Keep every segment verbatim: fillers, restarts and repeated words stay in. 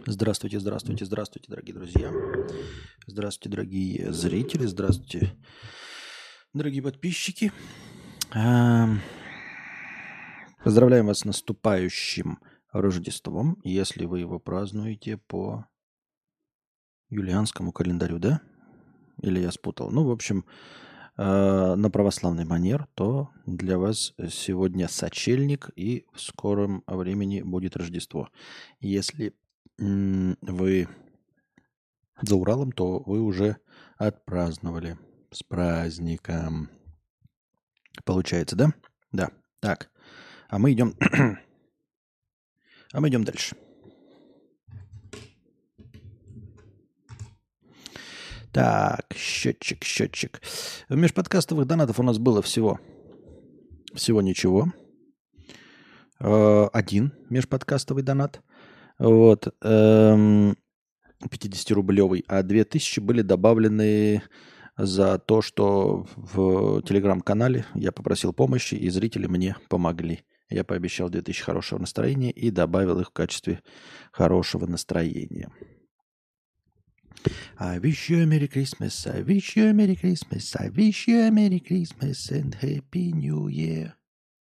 Здравствуйте, здравствуйте, здравствуйте, дорогие друзья. Здравствуйте, дорогие зрители. Здравствуйте, дорогие подписчики. Ам, Поздравляем вас с наступающим Рождеством, если вы его празднуете по юлианскому календарю, да? Или я спутал? Ну, в общем, э, на православный манер, то для вас сегодня сочельник, и в скором времени будет Рождество. Если м, вы за Уралом, то вы уже отпраздновали. С праздником. Получается, да? Да. Так. А мы идем... а мы идем дальше. Так, счетчик, счетчик. Межподкастовых донатов у нас было всего... Всего ничего. Э, Один межподкастовый донат. Вот. эм, пятидесятирублевый. А две тысячи были добавлены за то, что в телеграм-канале я попросил помощи, и зрители мне помогли. Я пообещал две тысячи хорошего настроения и добавил их в качестве хорошего настроения. I wish you a Merry Christmas, I wish you a Merry Christmas, I wish you a Merry Christmas and Happy New Year.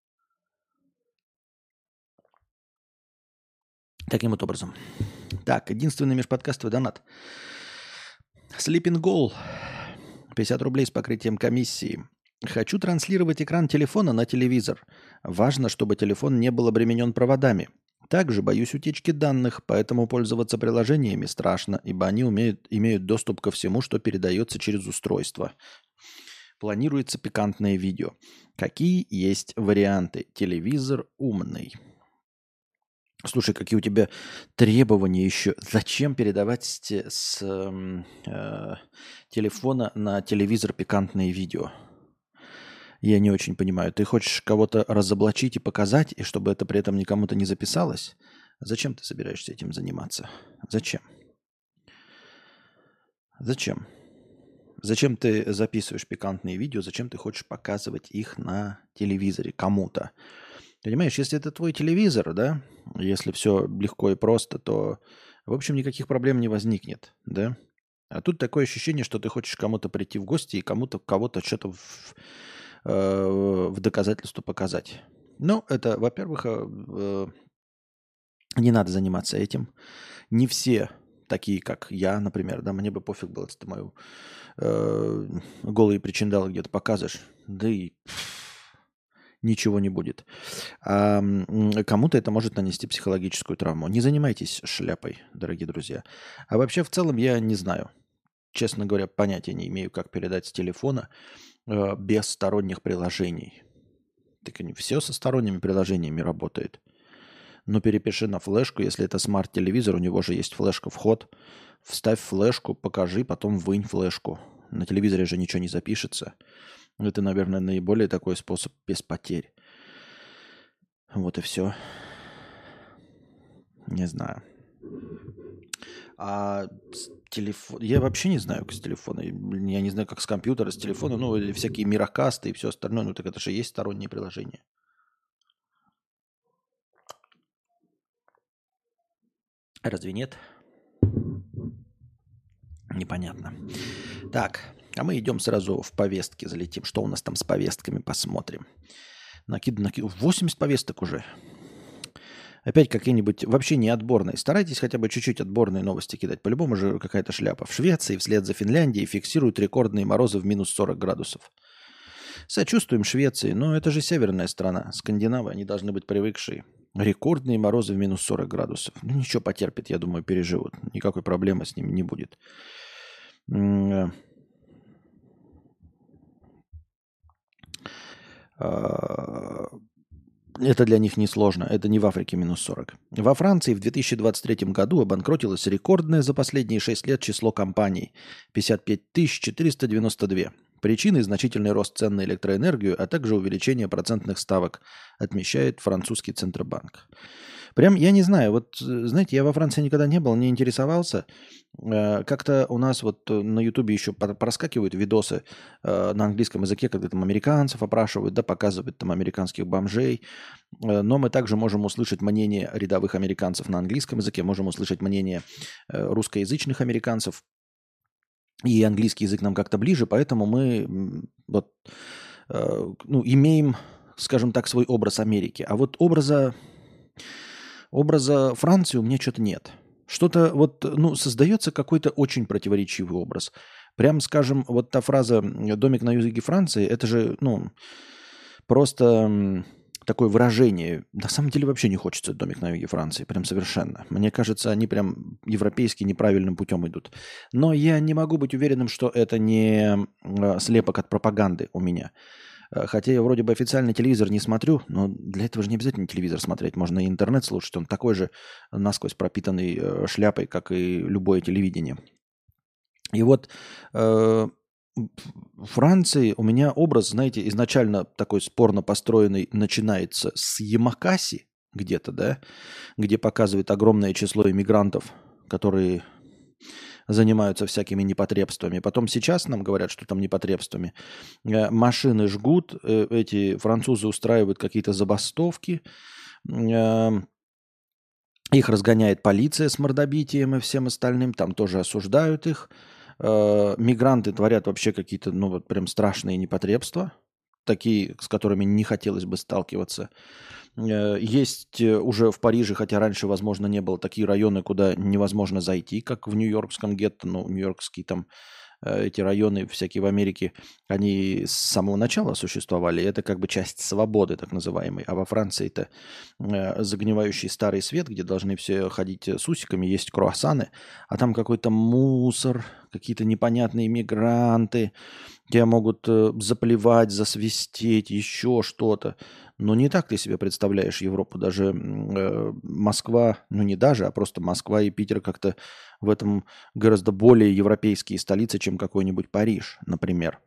Таким вот образом. Так, единственный межподкастовый донат. Sleeping Goal. пятьдесят рублей с покрытием комиссии. Хочу транслировать экран телефона на телевизор. Важно, чтобы телефон не был обременен проводами. Также боюсь утечки данных, поэтому пользоваться приложениями страшно, ибо они умеют, имеют доступ ко всему, что передается через устройство. Планируется пикантное видео. Какие есть варианты? Телевизор умный. Слушай, какие у тебя требования еще? Зачем передавать с, те- с эм, э, телефона на телевизор пикантные видео? Я не очень понимаю. Ты хочешь кого-то разоблачить и показать, и чтобы это при этом никому-то не записалось? Зачем ты собираешься этим заниматься? Зачем? Зачем? Зачем ты записываешь пикантные видео? Зачем ты хочешь показывать их на телевизоре кому-то? Понимаешь, если это твой телевизор, да, если все легко и просто, то, в общем, никаких проблем не возникнет, да? А тут такое ощущение, что ты хочешь кому-то прийти в гости и кому-то кого-то что-то в, э, в доказательство показать. Ну, это, во-первых, э, э, не надо заниматься этим. Не все такие, как я, например, да, мне бы пофиг было, если ты мою э, голые причиндалы где-то показываешь, да и ничего не будет. А м, кому-то это может нанести психологическую травму. Не занимайтесь шляпой, дорогие друзья. А вообще, в целом, я не знаю. Честно говоря, понятия не имею, как передать с телефона э, без сторонних приложений. Так и все со сторонними приложениями работает. Но перепиши на флешку, если это смарт-телевизор, у него же есть флешка-вход. Вставь флешку, покажи, потом вынь флешку. На телевизоре же ничего не запишется. Это, наверное, наиболее такой способ без потерь. Вот и все. Не знаю. А с телефон... Я вообще не знаю, как с телефона. Я не знаю, как с компьютера, с телефона. Ну, или всякие мирокасты и все остальное. Ну, так это же есть сторонние приложения. Разве нет? Непонятно. Так, а мы идем сразу в повестки, залетим. Что у нас там с повестками, посмотрим. Накид, накид... восемьдесят повесток уже. Опять какие-нибудь вообще не отборные. Старайтесь хотя бы чуть-чуть отборные новости кидать. По-любому же какая-то шляпа. В Швеции вслед за Финляндией фиксируют рекордные морозы в минус сорок градусов. Сочувствуем Швеции, но это же северная страна. Скандинавы, они должны быть привыкшие. Рекордные морозы в минус сорок градусов. Ну ничего, потерпит, я думаю, переживут. Никакой проблемы с ними не будет. М, а, Это для них несложно. Это не в Африке минус сорок. Во Франции в две тысячи двадцать третьем году обанкротилось рекордное за последние шесть лет число компаний – пятьдесят пять тысяч четыреста девяносто два. Причиной значительный рост цен на электроэнергию, а также увеличение процентных ставок, отмечает французский Центробанк. Прям, я не знаю, вот, э, знаете, я во Франции никогда не был, не интересовался. Э, Как-то у нас вот э, на Ютубе еще пор- проскакивают видосы э, на английском языке, когда там американцев опрашивают, да, показывают там американских бомжей. Э, Но мы также можем услышать мнение рядовых американцев на английском языке, можем услышать мнение э, русскоязычных американцев. И английский язык нам как-то ближе, поэтому мы м, вот, э, ну, имеем, скажем так, свой образ Америки. А вот образа Образа Франции у меня что-то нет. Что-то вот, ну, создается какой-то очень противоречивый образ. Прям, скажем, вот та фраза м, «домик на юге Франции», это же, ну, просто м, такое выражение. На самом деле вообще не хочется домик на юге Франции, прям совершенно. Мне кажется, они прям европейски неправильным путем идут. Но я не могу быть уверенным, что это не м, слепок от пропаганды у меня. Э, Хотя я вроде бы официальный телевизор не смотрю, но для этого же не обязательно телевизор смотреть. Можно и интернет слушать. Он такой же насквозь пропитанный э, шляпой, как и любое телевидение. И вот э, в Франции у меня образ, знаете, изначально такой спорно построенный начинается с Ямакаси где-то, да, где показывает огромное число иммигрантов, которые занимаются всякими непотребствами. Потом сейчас нам говорят, что там непотребствами. Э, Машины жгут, э, эти французы устраивают какие-то забастовки, э, их разгоняет полиция с мордобитием и всем остальным, там тоже осуждают их. Э, Мигранты творят вообще какие-то, ну вот прям страшные непотребства, такие, с которыми не хотелось бы сталкиваться. Э, Есть э, уже в Париже, хотя раньше, возможно, не было, такие районы, куда невозможно зайти, как в нью-йоркском гетто, ну, нью-йоркский там э, эти районы всякие в Америке, они с самого начала существовали. Это как бы часть свободы, так называемой. А во Франции это э, загнивающий старый свет, где должны все ходить с усиками, есть круассаны, а там какой-то мусор, какие-то непонятные мигранты, тебя могут э, заплевать, засвистеть, еще что-то. Но не так ты себе представляешь Европу. Даже м, э, Москва, ну не даже, а просто Москва и Питер как-то в этом гораздо более европейские столицы, чем какой-нибудь Париж, например.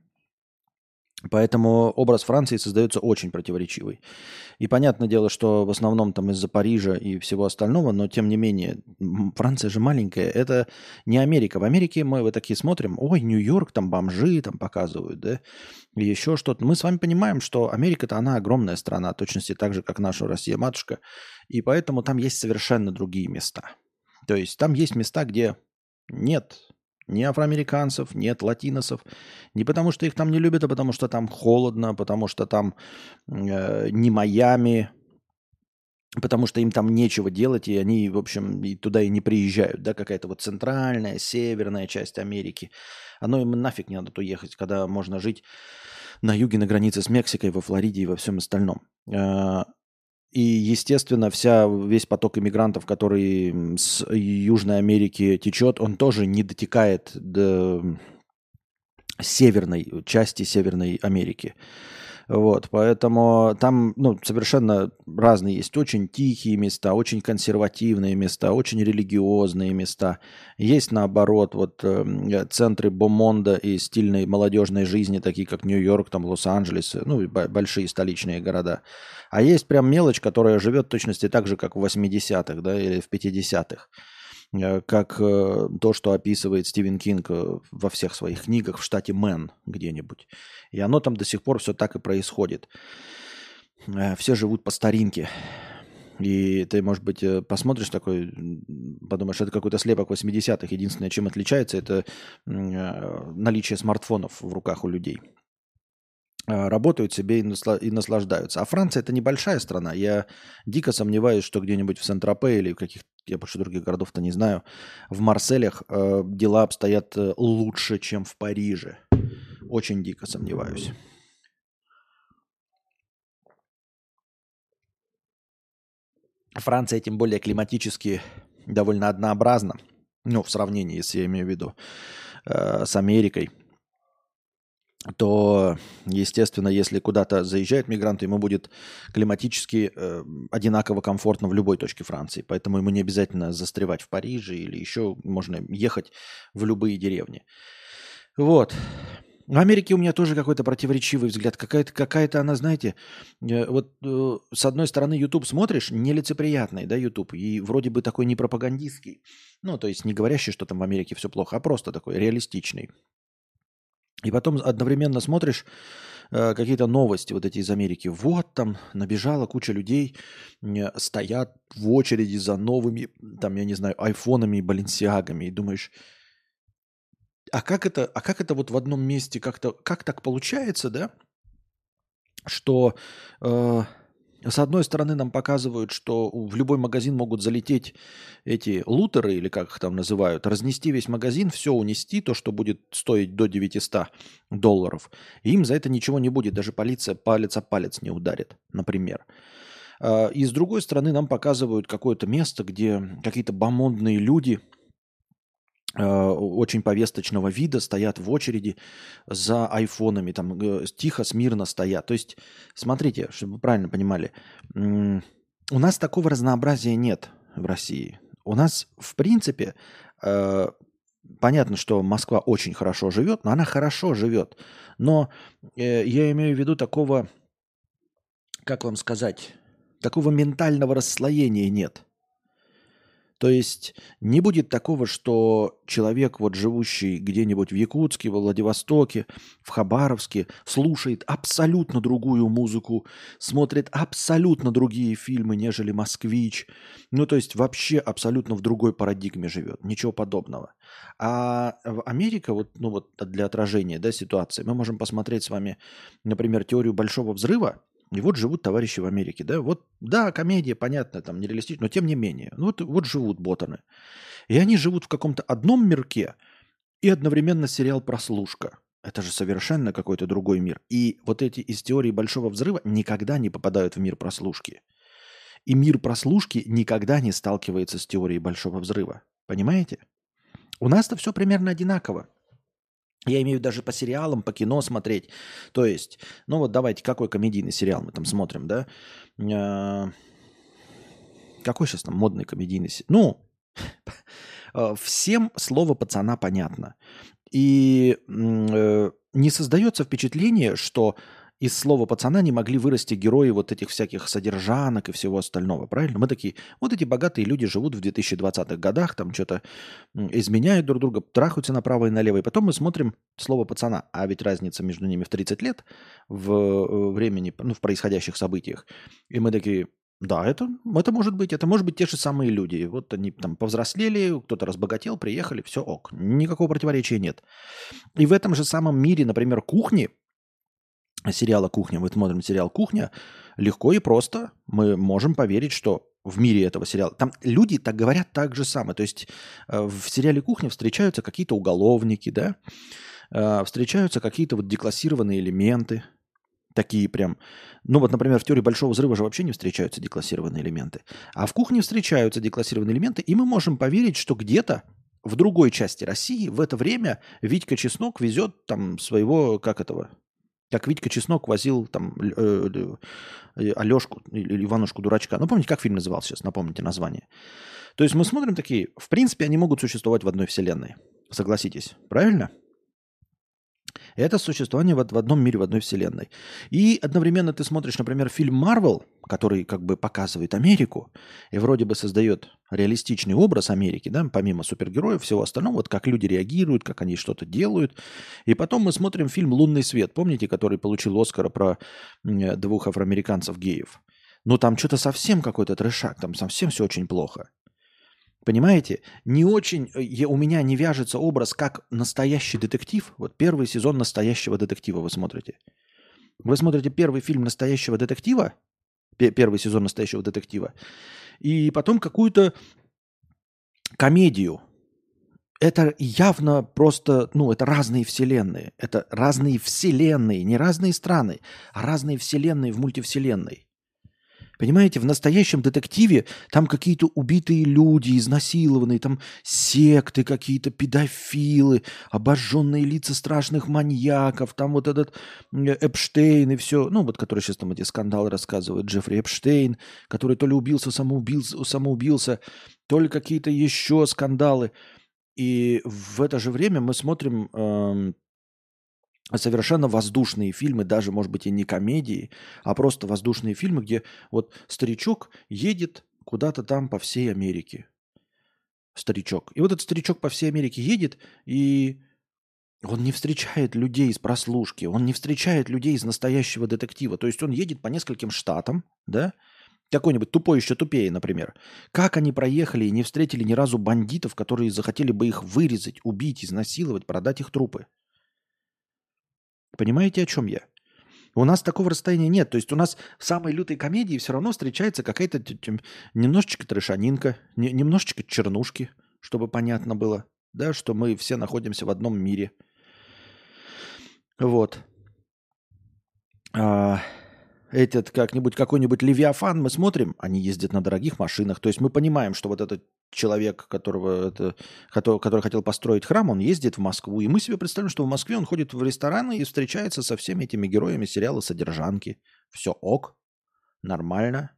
Поэтому образ Франции создается очень противоречивый. И понятное дело, что в основном там из-за Парижа и всего остального, но тем не менее, м, Франция же маленькая, это не Америка. В Америке мы вот такие смотрим, ой, Нью-Йорк, там бомжи там показывают, да, и еще что-то. Мы с вами понимаем, что Америка-то она огромная страна, точности так же, как наша Россия-матушка, и поэтому там есть совершенно другие места. То есть там есть места, где нет ни афроамериканцев, нет латиносов, не потому что их там не любят, а потому что там холодно, потому что там э, не Майами, потому что им там нечего делать, и они, в общем, и туда и не приезжают, да, какая-то вот центральная, северная часть Америки. Оно им нафиг не надо туда ехать, когда можно жить на юге, на границе с Мексикой, во Флориде и во всем остальном. Э, И, естественно, вся, весь поток иммигрантов, который м, с Южной Америки течет, он тоже не дотекает до северной части Северной Америки. Вот, поэтому там, ну, совершенно разные есть. Очень тихие места, очень консервативные места, очень религиозные места. Есть, наоборот, вот э, центры бомонда и стильной молодежной жизни, такие как Нью-Йорк, там, Лос-Анджелес, ну, и б- большие столичные города. А есть прям мелочь, которая живет в точности так же, как в восьмидесятых, да, или в пятидесятых. Э, Как э, то, что описывает Стивен Кинг э, во всех своих книгах в штате Мэн где-нибудь. И оно там до сих пор все так и происходит. Э, Все живут по старинке. И ты, может быть, э, посмотришь такой, м, подумаешь, это какой-то слепок восьмидесятых. Единственное, чем отличается, это м, э, наличие смартфонов в руках у людей. А, Работают себе и, насла- и наслаждаются. А Франция это небольшая страна. Я дико сомневаюсь, что где-нибудь в Сент-Тропе или в каких я больше других городов-то не знаю, в Марселях э, дела обстоят э, лучше, чем в Париже. Очень дико сомневаюсь. Франция, тем более климатически довольно однообразна. Ну, в сравнении, если я имею в виду, э, с Америкой, то, естественно, если куда-то заезжают мигранты, ему будет климатически э, одинаково комфортно в любой точке Франции. Поэтому ему не обязательно застревать в Париже или еще можно ехать в любые деревни. Вот. В Америке у меня тоже какой-то противоречивый взгляд. Какая-то, какая-то она, знаете, э, вот э, с одной стороны YouTube смотришь, нелицеприятный, да, YouTube, и вроде бы такой не пропагандистский. Ну, то есть не говорящий, что там в Америке все плохо, а просто такой реалистичный. И потом одновременно смотришь э, какие-то новости вот эти из Америки. Вот там набежала куча людей, э, стоят в очереди за новыми, там, я не знаю, айфонами и баленсиагами. И думаешь, а как это, а как это вот в одном месте как-то, как так получается, да, что э, с одной стороны нам показывают, что в любой магазин могут залететь эти лутеры, или как их там называют, разнести весь магазин, все унести, то, что будет стоить до девятисот долларов. И им за это ничего не будет, даже полиция палец о палец не ударит, например. А, И с другой стороны нам показывают какое-то место, где какие-то бомондные люди э, очень повесточного вида стоят в очереди за айфонами, там э, тихо, смирно стоят. То есть, смотрите, чтобы вы правильно понимали, м, у нас такого разнообразия нет в России. У нас, в принципе, э, понятно, что Москва очень хорошо живет, но она хорошо живет. Но э, я имею в виду такого, как вам сказать, такого ментального расслоения нет. То есть не будет такого, что человек, вот живущий где-нибудь в Якутске, во Владивостоке, в Хабаровске, слушает абсолютно другую музыку, смотрит абсолютно другие фильмы, нежели москвич. Ну, то есть вообще абсолютно в другой парадигме живет. Ничего подобного. А в Америка, вот, ну вот для отражения, да, ситуации, мы можем посмотреть с вами, например, теорию Большого взрыва. И вот живут товарищи в Америке, да, вот, да, комедия, понятно, там, нереалистично, но тем не менее, ну, вот, вот живут ботаны. И они живут в каком-то одном мирке, и одновременно сериал «Прослушка». Это же совершенно какой-то другой мир. И вот эти из теории Большого взрыва никогда не попадают в мир прослушки. И мир прослушки никогда не сталкивается с теорией Большого взрыва. Понимаете? У нас-то все примерно одинаково. Я имею в виду даже по сериалам, по кино смотреть. То есть, ну вот давайте, какой комедийный сериал мы там смотрим, да? Э, Какой сейчас там модный комедийный сериал? Ну, э, всем слово пацана понятно. И м, э, не создается впечатление, что из слова пацана не могли вырасти герои вот этих всяких содержанок и всего остального, правильно? Мы такие, вот эти богатые люди живут в две тысячи двадцатых годах, там что-то м, изменяют друг друга, трахаются направо и налево. И потом мы смотрим слово пацана, а ведь разница между ними в тридцать лет в э, времени, ну, в происходящих событиях. И мы такие, да, это, это может быть, это может быть те же самые люди. Вот они там повзрослели, кто-то разбогател, приехали, все ок. Никакого противоречия нет. И в этом же самом мире, например, кухни, сериала «Кухня», мы смотрим сериал «Кухня», легко и просто мы можем поверить, что в мире этого сериала, там люди так говорят так же самое. То есть э, в сериале «Кухня» встречаются какие-то уголовники, да, э, встречаются какие-то вот деклассированные элементы, такие прям, ну вот, например, в теории Большого взрыва же вообще не встречаются деклассированные элементы. А в «Кухне» встречаются деклассированные элементы, и мы можем поверить, что где-то в другой части России в это время Витька Чеснок везет там своего, как этого, как Витька Чеснок возил там э, э, Алешку или Иванушку Дурачка. Ну, помните, как фильм назывался сейчас? Напомните название. То есть мы смотрим такие, в принципе, они могут существовать в одной вселенной. Согласитесь, правильно? Это существование в, в одном мире, в одной вселенной. И одновременно ты смотришь, например, фильм «Марвел», который как бы показывает Америку и вроде бы создает реалистичный образ Америки, да, помимо супергероев, всего остального, вот как люди реагируют, как они что-то делают. И потом мы смотрим фильм «Лунный свет», помните, который получил Оскара про м, двух афроамериканцев-геев? Ну там что-то совсем какой-то трешак, там совсем все очень плохо. Понимаете, не очень, э, я- у меня не вяжется образ как настоящий детектив. Вот первый сезон настоящего детектива вы смотрите. Вы смотрите первый фильм настоящего детектива, пе- первый сезон настоящего детектива, и потом какую-то комедию. Это явно просто, ну, это разные вселенные. Это разные вселенные, не разные страны, а разные вселенные в мультивселенной. Понимаете, в настоящем детективе там какие-то убитые люди, изнасилованные, там секты какие-то, педофилы, обожженные лица страшных маньяков, там вот этот м, Эпштейн и все, ну вот который сейчас там эти скандалы рассказывает, Джеффри Эпштейн, который то ли убился, самоубился, самоубился, то ли какие-то еще скандалы. И в это же время мы смотрим эм, совершенно воздушные фильмы, даже, может быть, и не комедии, а просто воздушные фильмы, где вот старичок едет куда-то там по всей Америке. Старичок. И вот этот старичок по всей Америке едет, и он не встречает людей из прослушки, он не встречает людей из настоящего детектива. То есть он едет по нескольким штатам, да, какой-нибудь тупой еще тупее, например. Как они проехали и не встретили ни разу бандитов, которые захотели бы их вырезать, убить, изнасиловать, продать их трупы? Понимаете, о чем я? У нас такого расстояния нет. То есть у нас в самой лютой комедии все равно встречается какая-то т- т- немножечко трешанинка, не- немножечко чернушки, чтобы понятно было, да, что мы все находимся в одном мире. Вот. А, этот как-нибудь какой-нибудь Левиафан мы смотрим, они ездят на дорогих машинах. То есть мы понимаем, что вот этот человек, которого это, который, который хотел построить храм, он ездит в Москву. И мы себе представляем, что в Москве он ходит в рестораны и встречается со всеми этими героями сериала «Содержанки». Все ок, нормально.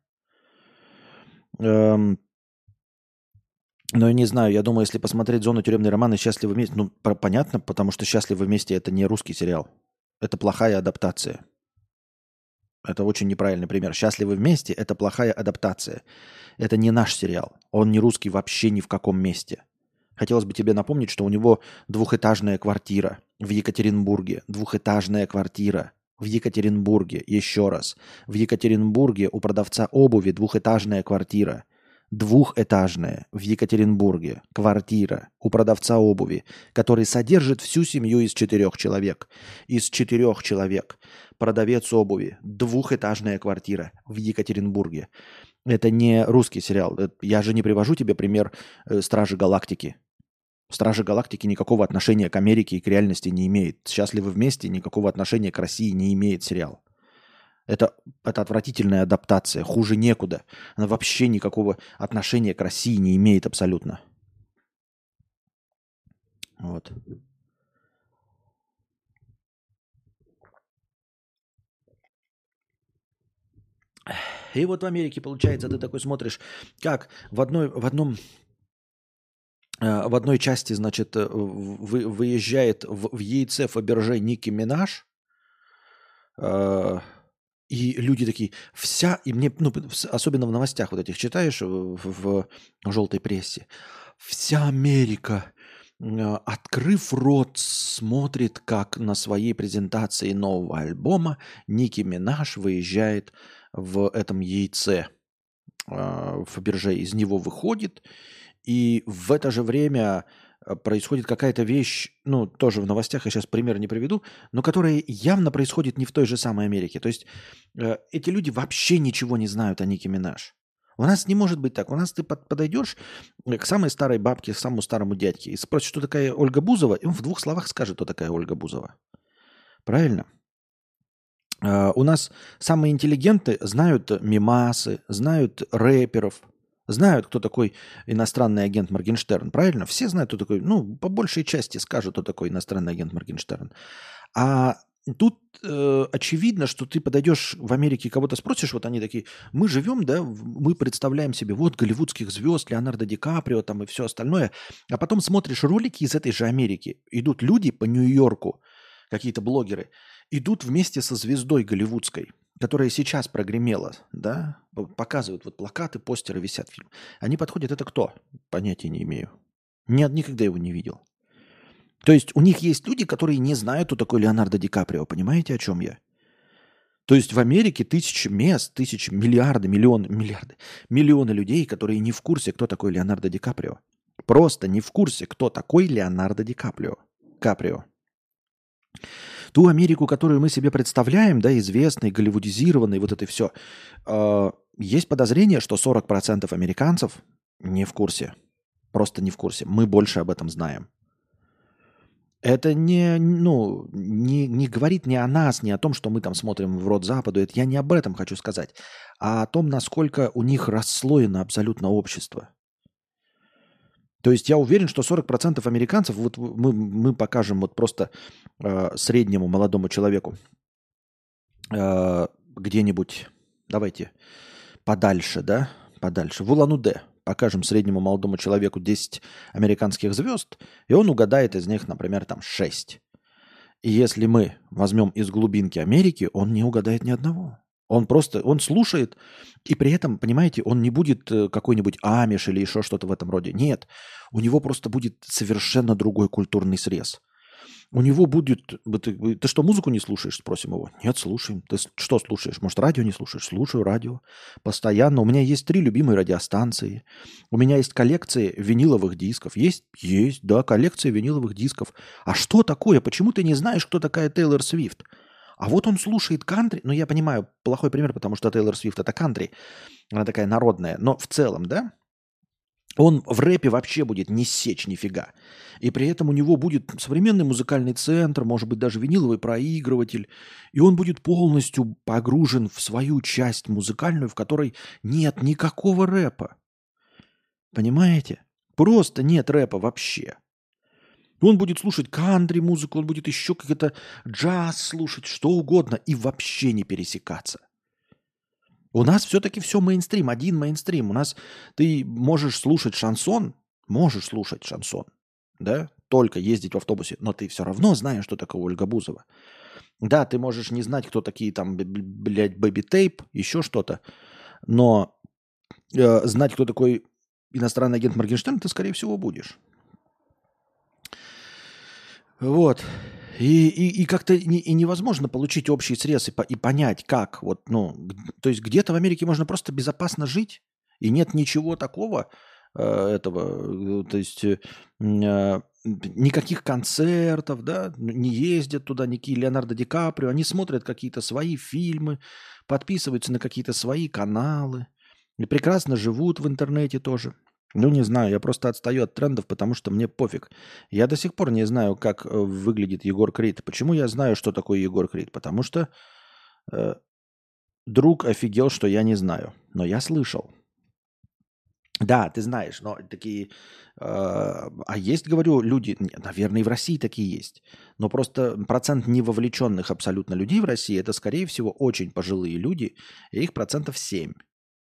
Эм, но я не знаю, я думаю, если посмотреть «Зону тюремный роман» и «Счастливы вместе», ну, по- понятно, потому что «Счастливы вместе» — это не русский сериал. Это плохая адаптация. Это очень неправильный пример. «Счастливы вместе» — это плохая адаптация. Это не наш сериал. Он не русский вообще ни в каком месте. Хотелось бы тебе напомнить, что у него двухэтажная квартира в Екатеринбурге. Двухэтажная квартира в Екатеринбурге. Еще раз. В Екатеринбурге у продавца обуви двухэтажная квартира. Двухэтажная в Екатеринбурге квартира у продавца обуви, который содержит всю семью из четырех человек. Из четырех человек продавец обуви. Двухэтажная квартира в Екатеринбурге. Это не русский сериал. Это- Я же не привожу тебе пример э, «Стражи Галактики». «Стражи Галактики» никакого отношения к Америке и к реальности не имеет. «Счастливы вместе» никакого отношения к России не имеет сериал. Это, это отвратительная адаптация, хуже некуда. Она вообще никакого отношения к России не имеет абсолютно. Вот. И вот в Америке, получается, ты такой смотришь, как в, одной, в, одном, э, в одной части, значит, э, вы, выезжает в, в яйце Фаберже Ники Минаж, э, и люди такие, вся, и мне, ну, в- особенно в новостях вот этих читаешь, в, в, в желтой прессе, вся Америка, э, открыв рот, смотрит, как на своей презентации нового альбома Ники Минаж выезжает в этом яйце э, Фаберже, из него выходит, и в это же время э, происходит какая-то вещь, ну, тоже в новостях, я сейчас пример не приведу, но которая явно происходит не в той же самой Америке. То есть э, эти люди вообще ничего не знают о Нике Минаж. У нас не может быть так. У нас ты под- подойдешь э, к самой старой бабке, к самому старому дядьке и спросишь, что такая Ольга Бузова, и он в двух словах скажет, кто такая Ольга Бузова. Правильно? Э, У нас самые интеллигенты знают мемасы, знают рэперов, знают, кто такой иностранный агент Моргенштерн, правильно? Все знают, кто такой, ну, по большей части скажут, кто такой иностранный агент Моргенштерн. А тут э, очевидно, что ты подойдешь в Америке, кого-то спросишь, вот они такие, мы живем, да, в- мы представляем себе вот голливудских звезд, Леонардо Ди Каприо там и все остальное, а потом смотришь ролики из этой же Америки, идут люди по Нью-Йорку, какие-то блогеры, идут вместе со звездой голливудской, которая сейчас прогремела, да, п- показывают вот плакаты, постеры висят фильм. Они подходят, это кто? Понятия не имею. Нет, никогда его не видел. То есть у них есть люди, которые не знают, кто такой Леонардо Ди Каприо. Понимаете, о чем я? То есть в Америке тысячи мест, тысячи, миллиарды, миллионы, миллиарды, миллионы людей, которые не в курсе, кто такой Леонардо Ди Каприо. Просто не в курсе, кто такой Леонардо Ди Каприо. Каприо. Ту Америку, которую мы себе представляем, да, известной, голливудизированной, вот это все, есть подозрение, что сорок процентов американцев не в курсе. Просто не в курсе. Мы больше об этом знаем. Это не, ну, не, не говорит ни о нас, ни о том, что мы там смотрим в рот Западу. Это я не об этом хочу сказать, а о том, насколько у них расслоено абсолютно общество. То есть я уверен, что сорок процентов американцев, вот мы, мы покажем вот просто э, среднему молодому человеку э, где-нибудь, давайте, подальше, да, подальше, в Улан-Удэ, покажем среднему молодому человеку десять американских звезд, и он угадает из них, например, там шесть. И если мы возьмем из глубинки Америки, он не угадает ни одного. Он просто, он слушает, и при этом, понимаете, он не будет э, какой-нибудь амиш или еще что-то в этом роде. Нет, у него просто будет совершенно другой культурный срез. У него будет... Ты, ты что, музыку не слушаешь, спросим его? Нет, слушаем. Ты что слушаешь? Может, радио не слушаешь? Слушаю радио. Постоянно. У меня есть три любимые радиостанции. У меня есть коллекции виниловых дисков. Есть? Есть, да, коллекция виниловых дисков. А что такое? Почему ты не знаешь, кто такая Тейлор Свифт? А вот он слушает кантри. Ну, я понимаю, плохой пример, потому что Тейлор Свифт – это кантри. Она такая народная. Но в целом, да? Он в рэпе вообще будет не сечь нифига. И при этом у него будет современный музыкальный центр, может быть, даже виниловый проигрыватель. И он будет полностью погружен в свою часть музыкальную, в которой нет никакого рэпа. Понимаете? Просто нет рэпа вообще. Он будет слушать кантри-музыку, он будет еще какой-то джаз слушать, что угодно, и вообще не пересекаться. У нас все-таки все мейнстрим, один мейнстрим. У нас ты можешь слушать шансон, можешь слушать шансон, да, только ездить в автобусе, но ты все равно знаешь, что такое Ольга Бузова. Да, ты можешь не знать, кто такие там, блядь, Бэби Тейп, еще что-то, но э, знать, кто такой иностранный агент Моргенштерн, ты, скорее всего, будешь. Вот. И, и, и как-то не, и невозможно получить общий срез и, по, и понять, как. Вот, ну, г- то есть где-то в Америке можно просто безопасно жить, и нет ничего такого, э, этого, э, то есть э, м, э, никаких концертов, да, не ездят туда никакие Леонардо Ди Каприо, они смотрят какие-то свои фильмы, подписываются на какие-то свои каналы, и прекрасно живут в интернете тоже. Ну, не знаю, я просто отстаю от трендов, потому что мне пофиг. Я до сих пор не знаю, как э, выглядит Егор Крид. Почему я знаю, что такое Егор Крид? Потому что э, друг офигел, что я не знаю. Но я слышал. Да, ты знаешь, но такие... э, а есть, говорю, люди... не, наверное, и в России такие есть. Но просто процент невовлеченных абсолютно людей в России, это, скорее всего, очень пожилые люди, и их процентов семь.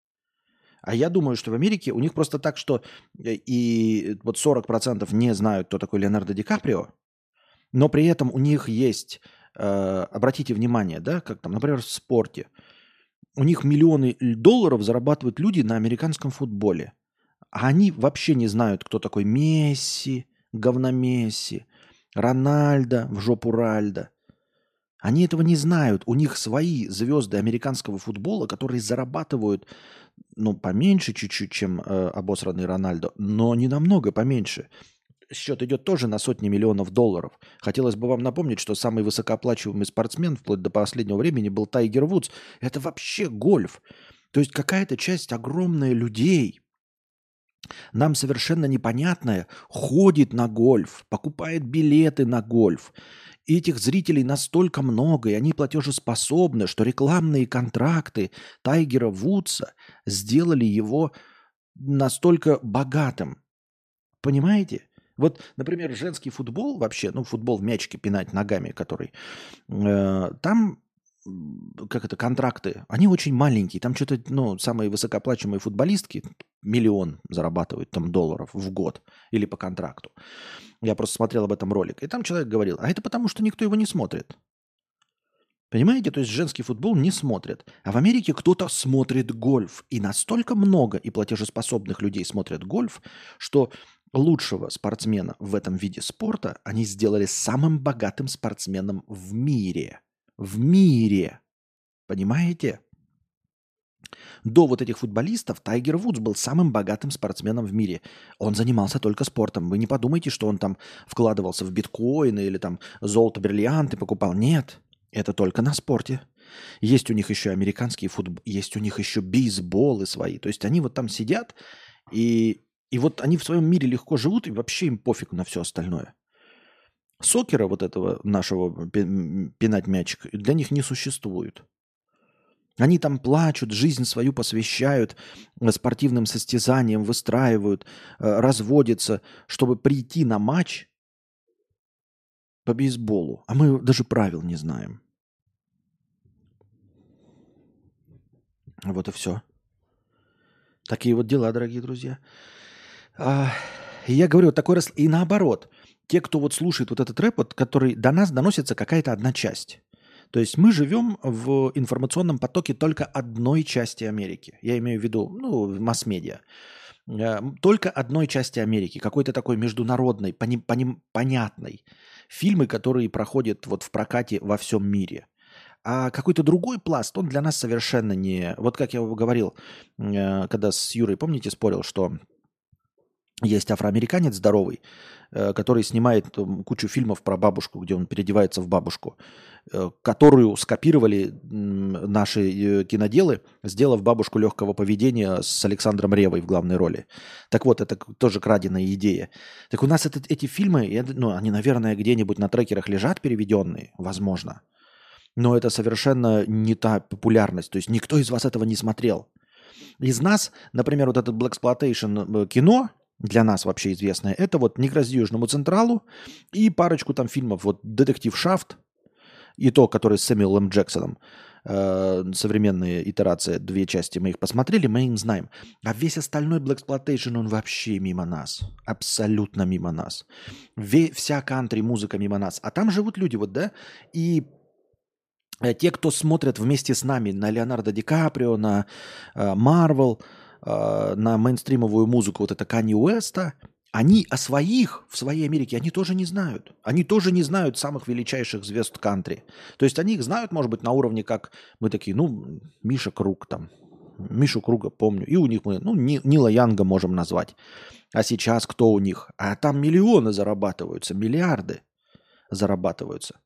А я думаю, что в Америке у них просто так, что э, и вот сорок процентов не знают, кто такой Леонардо Ди Каприо, но при этом у них есть, э, обратите внимание, да, как там, например, в спорте, у них миллионы л- долларов зарабатывают люди на американском футболе, а они вообще не знают, кто такой Месси, говно Месси, Рональдо, в жопу Ральдо. Они этого не знают. У них свои звезды американского футбола, которые зарабатывают, ну, поменьше чуть-чуть, чем э, обосранный Рональдо, но не намного поменьше. Счет идет тоже на сотни миллионов долларов. Хотелось бы вам напомнить, что самый высокооплачиваемый спортсмен вплоть до последнего времени был Тайгер Вудс. Это вообще гольф. То есть какая-то часть огромная людей, нам совершенно непонятная, ходит на гольф, покупает билеты на гольф. И этих зрителей настолько много, и они платежеспособны, что рекламные контракты Тайгера Вудса сделали его настолько богатым. Понимаете? Вот, например, женский футбол вообще, ну, футбол в мячике пинать ногами, который, э, там, м, как это, контракты, они очень маленькие. Там что-то, ну, самые высокооплачиваемые футболистки миллион зарабатывают там долларов в год или по контракту. Я просто смотрел об этом ролик. И там человек говорил, а это потому, что никто его не смотрит. Понимаете, то есть женский футбол не смотрят. А в Америке кто-то смотрит гольф. И настолько много и платежеспособных людей смотрят гольф, что лучшего спортсмена в этом виде спорта они сделали самым богатым спортсменом в мире. В мире. Понимаете? До вот этих футболистов Тайгер Вудс был самым богатым спортсменом в мире. Он занимался только спортом. Вы не подумайте, что он там вкладывался в биткоины или там золото, бриллианты покупал. Нет, это только на спорте. Есть у них еще американский футбол, есть у них еще бейсболы свои. То есть они вот там сидят, и, и вот они в своем мире легко живут, и вообще им пофиг на все остальное. Сокера вот этого нашего пи- пинать мячик для них не существует. Они там плачут, жизнь свою посвящают э, спортивным состязаниям, выстраивают, э, разводятся, чтобы прийти на матч по бейсболу. А мы даже правил не знаем. Вот и все. Такие вот дела, дорогие друзья. А, и я говорю, такой раз... И наоборот. те, кто вот слушает вот этот рэп, вот, который до нас доносится какая-то одна часть. То есть мы живем в информационном потоке только одной части Америки. Я имею в виду, ну, масс-медиа. Э, Только одной части Америки, какой-то такой международной, пони- пони- понятной. Фильмы, которые проходят вот в прокате во всем мире. А какой-то другой пласт, он для нас совершенно не... Вот как я говорил, э, когда с Юрой, помните, спорил, что есть афроамериканец здоровый, э, который снимает там кучу фильмов про бабушку, где он переодевается в бабушку, э, которую скопировали м, наши э, киноделы, сделав бабушку легкого поведения с Александром Реввой в главной роли. Так вот, это к- тоже краденая идея. Так у нас это- эти фильмы, я д- ну, они, наверное, где-нибудь на трекерах лежат переведенные, возможно. Но это совершенно не та популярность. То есть никто из вас этого не смотрел. Из нас, например, вот этот Blaxploitation э, кино, для нас вообще известное, это вот «Не грози Южному Централу» и парочку там фильмов. Вот «Детектив Шафт», и то, который с Сэмюэлом Джексоном, э, современные итерации, две части мы их посмотрели, мы им знаем. А весь остальной Blaxploitation, он вообще мимо нас. Абсолютно мимо нас. Ве- вся кантри-музыка мимо нас. А там живут люди, вот, да, и э, те, кто смотрят вместе с нами на Леонардо Ди Каприо, на Марвел, на мейнстримовую музыку, вот это Канье Уэста, они о своих в своей Америке, они тоже не знают. Они тоже не знают самых величайших звезд кантри. То есть они их знают, может быть, на уровне, как мы такие, ну, Миша Круг там, Мишу Круга помню. И у них мы, ну, Ни- Нила Янга можем назвать. А сейчас кто у них? А там миллионы зарабатываются, миллиарды зарабатываются.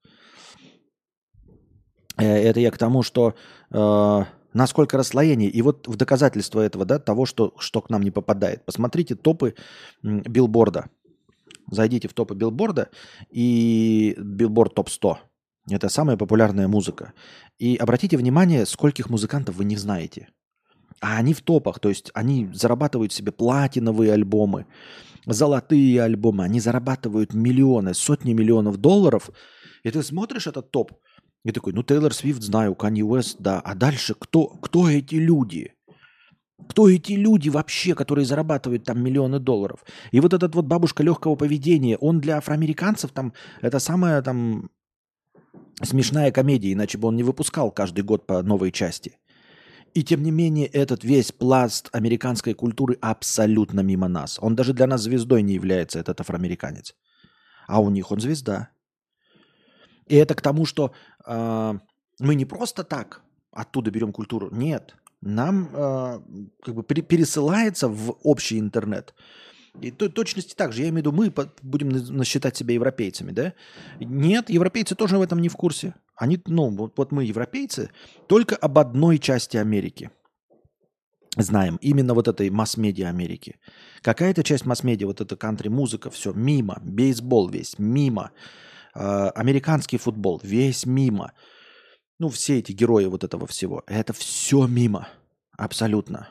Э, Это я к тому, что э, насколько расслоение. И вот в доказательство этого, да, того, что, что к нам не попадает. Посмотрите топы м, билборда. Зайдите в топы билборда и билборд топ сто. Это самая популярная музыка. И обратите внимание, скольких музыкантов вы не знаете. А они в топах, то есть они зарабатывают себе платиновые альбомы, золотые альбомы. Они зарабатывают миллионы, сотни миллионов долларов. И ты смотришь этот топ, и такой, ну, Тейлор Свифт знаю, Канье Уэст, да. А дальше кто, кто эти люди? Кто эти люди вообще, которые зарабатывают там миллионы долларов? И вот этот вот бабушка легкого поведения, он для афроамериканцев там, это самая там смешная комедия, иначе бы он не выпускал каждый год по новой части. И тем не менее, этот весь пласт американской культуры абсолютно мимо нас. Он даже для нас звездой не является, этот афроамериканец. А у них он звезда. И это к тому, что э, мы не просто так оттуда берем культуру. Нет. Нам э, как бы пере- пересылается в общий интернет. И то, точности так же. Я имею в виду, мы по- будем на- насчитать себя европейцами, да? Нет, европейцы тоже в этом не в курсе. Они, ну, вот, вот мы, европейцы, только об одной части Америки знаем. Именно вот этой масс-медиа Америки. Какая-то часть масс-медиа, вот эта кантри-музыка, все мимо. Бейсбол весь мимо. Э, американский футбол весь мимо. Ну, все эти герои вот этого всего. Это все мимо. Абсолютно.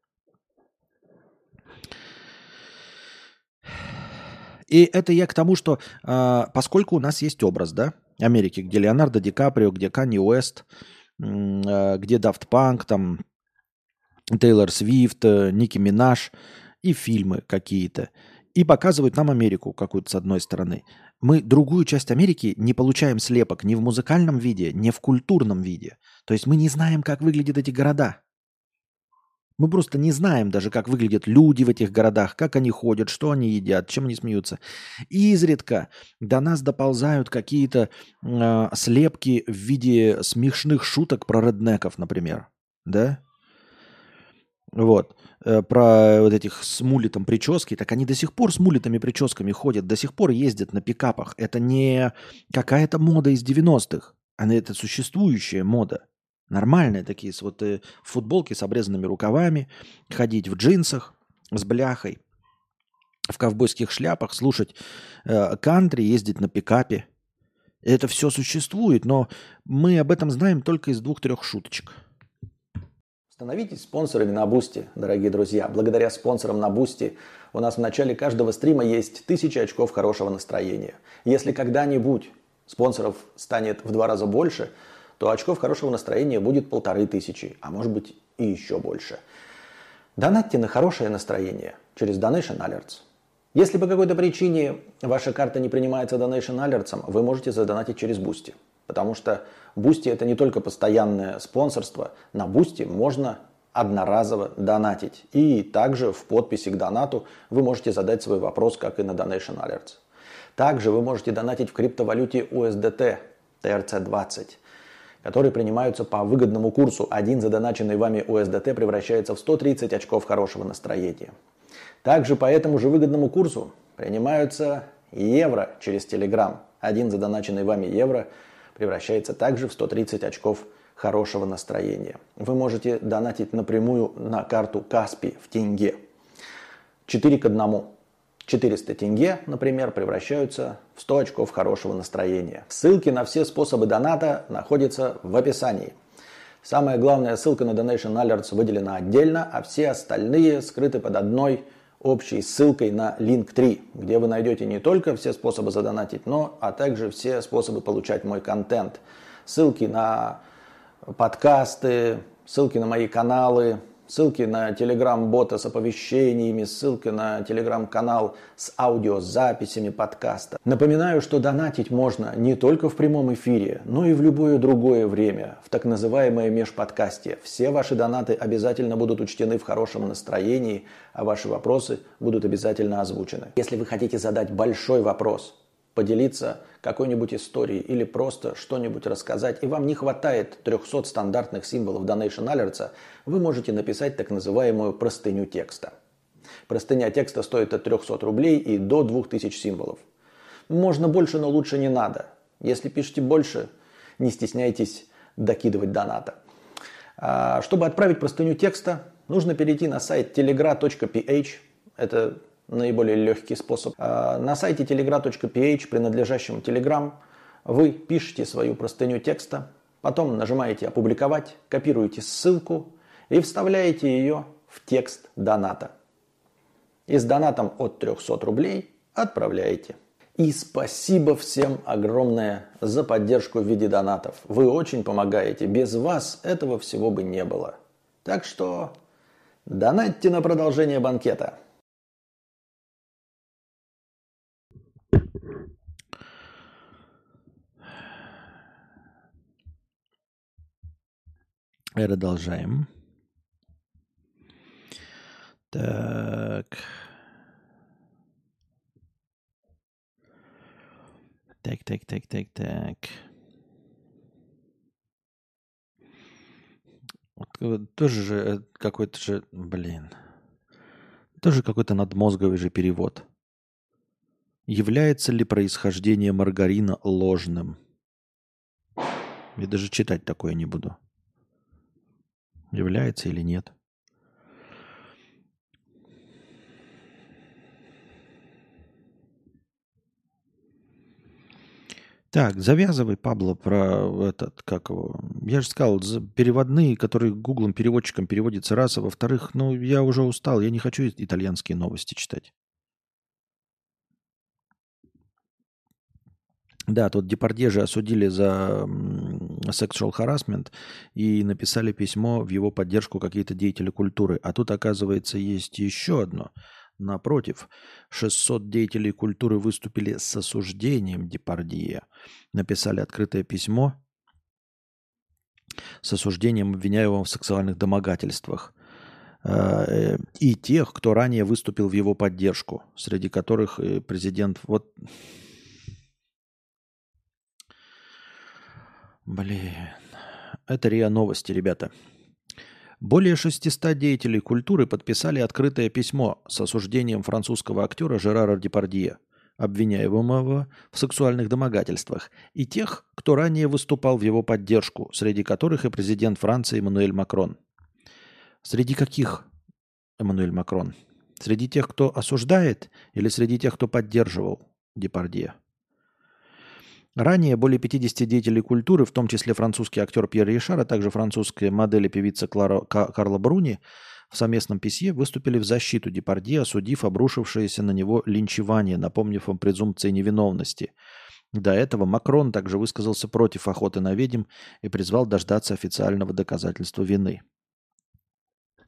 И это я к тому, что а, поскольку у нас есть образ, да, Америки, где Леонардо Ди Каприо, где Канье Уэст, м, а, где Дафт Панк, там Тейлор Свифт, э, Ники Минаж и фильмы какие-то. И показывают нам Америку какую-то с одной стороны. Мы другую часть Америки не получаем слепок ни в музыкальном виде, ни в культурном виде. То есть мы не знаем, как выглядят эти города. Мы просто не знаем даже, как выглядят люди в этих городах, как они ходят, что они едят, чем они смеются. И изредка до нас доползают какие-то э, слепки в виде смешных шуток про реднеков, например. Да? Вот. Э, про вот этих с мулитом прически. Так они до сих пор с мулитами прическами ходят, до сих пор ездят на пикапах. Это не какая-то мода из девяностых. Она это существующая мода. Нормальные такие, с вот э, футболки с обрезанными рукавами, ходить в джинсах с бляхой, в ковбойских шляпах, слушать э, кантри, ездить на пикапе. Это все существует, но мы об этом знаем только из двух-трех шуточек. Становитесь спонсорами на Бусти, дорогие друзья. Благодаря спонсорам на Бусти у нас в начале каждого стрима есть тысяча очков хорошего настроения. Если когда-нибудь спонсоров станет в два раза больше, то очков хорошего настроения будет полторы тысячи, а может быть и еще больше. Донатьте на хорошее настроение через Donation Alerts. Если по какой-то причине ваша карта не принимается Donation Alerts, вы можете задонатить через Boosty. Потому что Boosty это не только постоянное спонсорство. На Boosty можно одноразово донатить. И также в подписи к донату вы можете задать свой вопрос, как и на Donation Alerts. Также вы можете донатить в криптовалюте ю эс ди ти ти эр си двадцать, которые принимаются по выгодному курсу. Один задоначенный вами ю эс ди ти превращается в сто тридцать очков хорошего настроения. Также по этому же выгодному курсу принимаются евро через Telegram. Один задоначенный вами евро превращается также в сто тридцать очков хорошего настроения. Вы можете донатить напрямую на карту Каспи в тенге. четыре к одному. четыреста тенге, например, превращаются в сто очков хорошего настроения. Ссылки на все способы доната находятся в описании. Самая главная ссылка на Donation Alerts выделена отдельно, а все остальные скрыты под одной общей ссылкой на Linktree, где вы найдете не только все способы задонатить, но а также все способы получать мой контент. Ссылки на подкасты, ссылки на мои каналы, ссылки на телеграм-бота с оповещениями, ссылки на телеграм-канал с аудиозаписями подкаста. Напоминаю, что донатить можно не только в прямом эфире, но и в любое другое время, в так называемое межподкасте. Все ваши донаты обязательно будут учтены в хорошем настроении, а ваши вопросы будут обязательно озвучены. Если вы хотите задать большой вопрос, поделиться какой-нибудь историей или просто что-нибудь рассказать, и вам не хватает трехсот стандартных символов Donation Alerts, вы можете написать так называемую простыню текста. Простыня текста стоит от трехсот рублей и до двух тысяч символов. Можно больше, но лучше не надо. Если пишете больше, не стесняйтесь докидывать доната. А чтобы отправить простыню текста, нужно перейти на сайт телегра точка пи эйч. Это наиболее легкий способ. На сайте телегра точка пи эйч, принадлежащем Telegram, вы пишете свою простыню текста, потом нажимаете «Опубликовать», копируете ссылку и вставляете ее в текст доната. И с донатом от трехсот рублей отправляете. И спасибо всем огромное за поддержку в виде донатов. Вы очень помогаете. Без вас этого всего бы не было. Так что донатьте на продолжение банкета. Продолжаем. Так. Так, так, так, так, так. Вот, тоже же какой-то же, блин, тоже какой-то надмозговый же перевод. Является ли происхождение маргарина ложным? Я даже читать такое не буду. Является или нет? Так, завязывай, Пабло, про этот, как его. Я же сказал, переводные, которые гуглом переводчиком переводятся раз, а во-вторых, ну, я уже устал, я не хочу итальянские новости читать. Да, тут Депардье же осудили за sexual harassment и написали письмо в его поддержку какие-то деятели культуры. А тут, оказывается, есть еще одно. Напротив, шестьсот деятелей культуры выступили с осуждением Депардье. Написали открытое письмо с осуждением обвиняемого в сексуальных домогательствах. И тех, кто ранее выступил в его поддержку, среди которых президент... Вот... Блин, это РИА Новости, ребята. Более шестисот деятелей культуры подписали открытое письмо с осуждением французского актера Жерара Депардье, обвиняемого в сексуальных домогательствах, и тех, кто ранее выступал в его поддержку, среди которых и президент Франции Эммануэль Макрон. Среди каких Эммануэль Макрон? Среди тех, кто осуждает, или среди тех, кто поддерживал Депардье? Ранее более пятидесяти деятелей культуры, в том числе французский актер Пьер Ришар, а также французская модель и певица Клара, Карла Бруни, в совместном письме выступили в защиту Депардье, осудив обрушившееся на него линчевание, напомнив о презумпции невиновности. До этого Макрон также высказался против охоты на ведьм и призвал дождаться официального доказательства вины.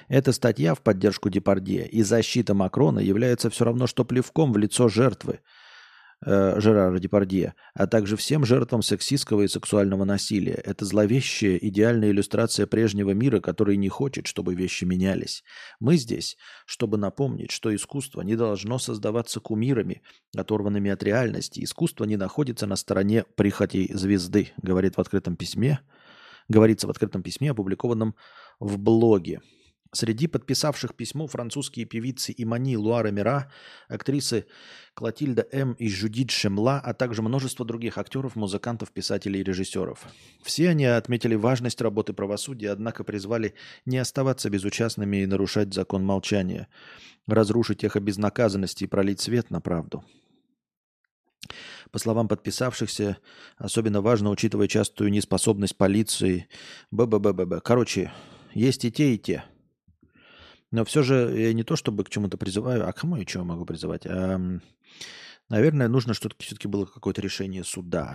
Эта статья в поддержку Депардье и защита Макрона является все равно, что плевком в лицо жертвы э, Жерара Депардье, а также всем жертвам сексистского и сексуального насилия. Это зловещая идеальная иллюстрация прежнего мира, который не хочет, чтобы вещи менялись. Мы здесь, чтобы напомнить, что искусство не должно создаваться кумирами, оторванными от реальности. Искусство не находится на стороне прихотей звезды, говорит в открытом письме, говорится в открытом письме, опубликованном в блоге. Среди подписавших письмо французские певицы Имани Луара Мира, актрисы Клотильда М. и Жюдит Шемла, а также множество других актеров, музыкантов, писателей и режиссеров. Все они отметили важность работы правосудия, однако призвали не оставаться безучастными и нарушать закон молчания, разрушить эхо безнаказанности и пролить свет на правду. По словам подписавшихся, особенно важно, учитывая частую неспособность полиции, б-б-б-б-б. Короче, есть и те, и те. Но все же я не то чтобы к чему-то призываю, а к кому я чего могу призывать? А, наверное, нужно что-то все-таки было какое-то решение суда.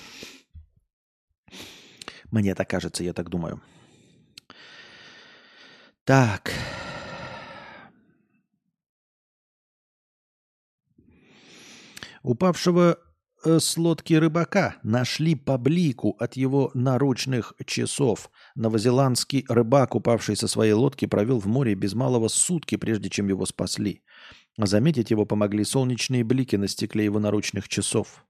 Мне так кажется, я так думаю. Так. Упавшего с лодки рыбака нашли по блику от его наручных часов. Новозеландский рыбак, упавший со своей лодки, провел в море без малого сутки, прежде чем его спасли. А заметить его помогли солнечные блики на стекле его наручных часов.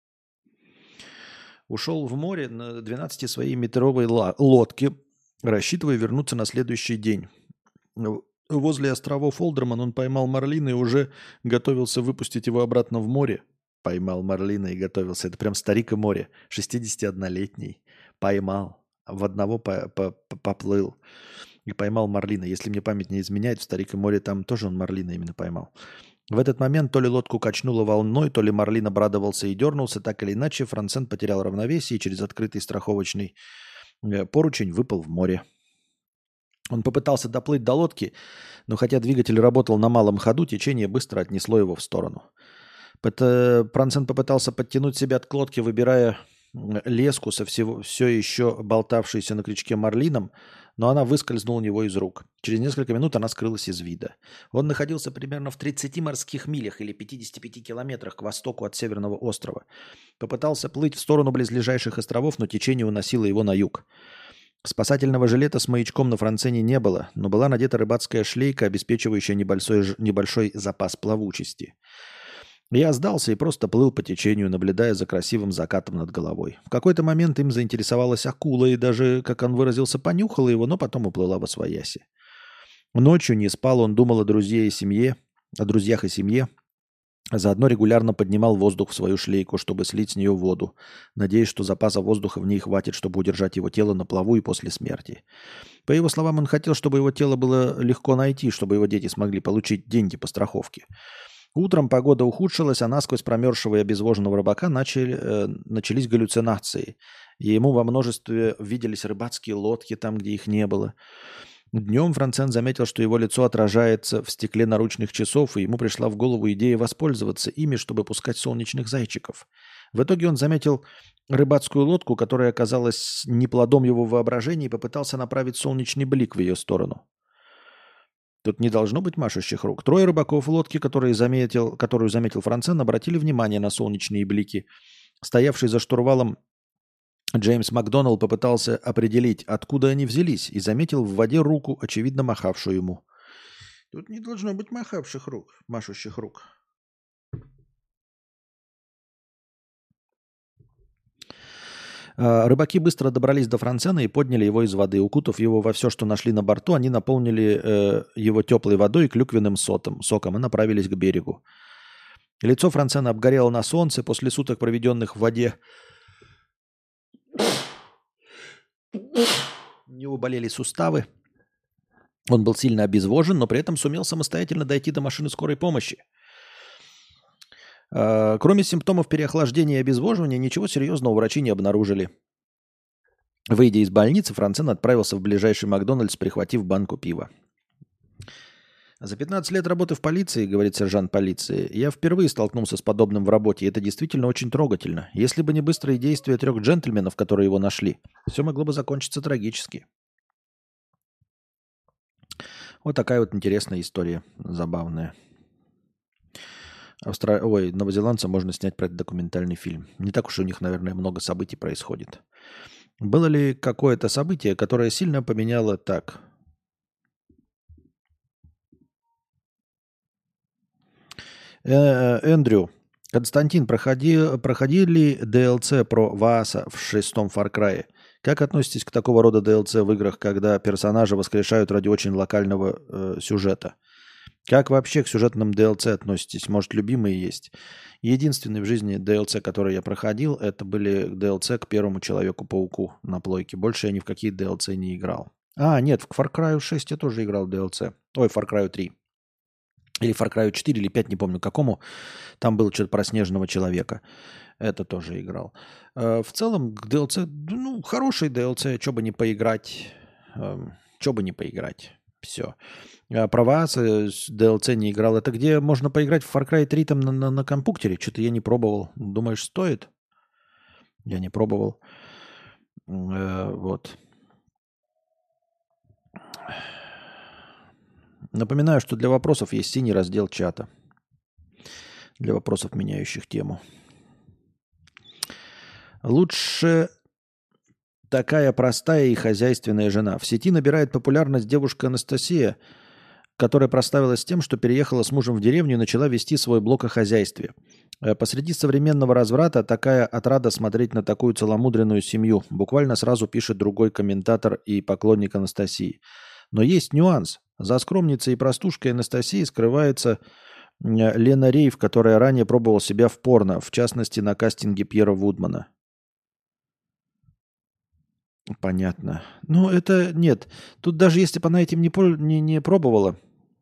Ушел в море на двенадцати своей метровой лодке, рассчитывая вернуться на следующий день. Возле островов Олдерман он поймал марлина и уже готовился выпустить его обратно в море. Поймал марлина и готовился. Это прям старик и море. шестидесятиоднолетний. Поймал. В одного по- по- по- поплыл. И поймал марлина. Если мне память не изменяет, в старик и море там тоже он марлина именно поймал. В этот момент то ли лодку качнуло волной, то ли марлин обрадовался и дернулся. Так или иначе, Франсен потерял равновесие и через открытый страховочный поручень выпал в море. Он попытался доплыть до лодки, но хотя двигатель работал на малом ходу, течение быстро отнесло его в сторону. Франсен попытался подтянуть себя от лодки, выбирая леску со всего, все еще болтавшейся на крючке марлином, но она выскользнула у него из рук. Через несколько минут она скрылась из вида. Он находился примерно в тридцати морских милях или пятидесяти пяти километрах к востоку от Северного острова. Попытался плыть в сторону близлежащих островов, но течение уносило его на юг. Спасательного жилета с маячком на Франсене не было, но была надета рыбацкая шлейка, обеспечивающая небольшой, небольшой запас плавучести. Я сдался и просто плыл по течению, наблюдая за красивым закатом над головой. В какой-то момент им заинтересовалась акула и даже, как он выразился, понюхала его, но потом уплыла восвояси. Ночью не спал, он думал о друзьях и семье, о друзьях и семье, а заодно регулярно поднимал воздух в свою шлейку, чтобы слить с нее воду, надеясь, что запаса воздуха в ней хватит, чтобы удержать его тело на плаву и после смерти. По его словам, он хотел, чтобы его тело было легко найти, чтобы его дети смогли получить деньги по страховке. Утром погода ухудшилась, а насквозь промерзшего и обезвоженного рыбака начали, э, начались галлюцинации. И ему во множестве виделись рыбацкие лодки там, где их не было. Днем Франсен заметил, что его лицо отражается в стекле наручных часов, и ему пришла в голову идея воспользоваться ими, чтобы пускать солнечных зайчиков. В итоге он заметил рыбацкую лодку, которая оказалась не плодом его воображения, и попытался направить солнечный блик в ее сторону. Тут не должно быть машущих рук. Трое рыбаков в лодке, которые заметил, которую заметил Франсен, обратили внимание на солнечные блики. Стоявший за штурвалом Джеймс Макдоналл попытался определить, откуда они взялись, и заметил в воде руку, очевидно махавшую ему. Тут не должно быть махавших рук, машущих рук. Рыбаки быстро добрались до Франсена и подняли его из воды. Укутав его во все, что нашли на борту, они наполнили э, его теплой водой и клюквенным сотом, соком и направились к берегу. Лицо Франсена обгорело на солнце после суток, проведенных в воде. У него болели суставы. Он был сильно обезвожен, но при этом сумел самостоятельно дойти до машины скорой помощи. Кроме симптомов переохлаждения и обезвоживания, ничего серьезного врачи не обнаружили. Выйдя из больницы, Франсен отправился в ближайший Макдональдс, прихватив банку пива. За пятнадцать лет работы в полиции, говорит сержант полиции, я впервые столкнулся с подобным в работе, и это действительно очень трогательно. Если бы не быстрые действия трех джентльменов, которые его нашли, все могло бы закончиться трагически. Вот такая вот интересная история, забавная. Австра... Ой, новозеландцам можно снять про это документальный фильм. Не так уж у них, наверное, много событий происходит. Было ли какое-то событие, которое сильно поменяло так? Э, Эндрю, Константин, проходи, проходили ди эл си про Вааса в шестом Far Cry? Как относитесь к такого рода ди эл си в играх, когда персонажи воскрешают ради очень локального э, сюжета? Как вообще к сюжетным ди эл си относитесь? Может, любимые есть? Единственный в жизни ди эл си, который я проходил, это были ди эл си к первому Человеку-пауку на плойке. Больше я ни в какие ди эл си не играл. А, нет, в Far Cry шесть я тоже играл в ди эл си. Ой, Far Cry три. Или Far Cry четыре, или пять, не помню какому. Там было что-то про снежного человека. Это тоже играл. Э, В целом, к ди эл си, ну, хороший ди эл си, что бы не поиграть. Что бы не поиграть. Все. Про вас с ди эл си не играл. Это где можно поиграть в Far Cry три там на, на, на компьютере? Что-то я не пробовал. Думаешь, стоит? Я не пробовал. Э, Вот. Напоминаю, что для вопросов есть синий раздел чата. Для вопросов, меняющих тему. Лучше такая простая и хозяйственная жена. В сети набирает популярность девушка Анастасия, которая проставилась тем, что переехала с мужем в деревню и начала вести свой блог о хозяйстве. Э, Посреди современного разврата такая отрада смотреть на такую целомудренную семью. Буквально сразу пишет другой комментатор и поклонник Анастасии. Но есть нюанс. За скромницей и простушкой Анастасии скрывается э, Лена Рейв, которая ранее пробовала себя в порно, в частности на кастинге Пьера Вудмана. Понятно. Ну, это нет. Тут даже если бы она этим не, пол- не, не пробовала,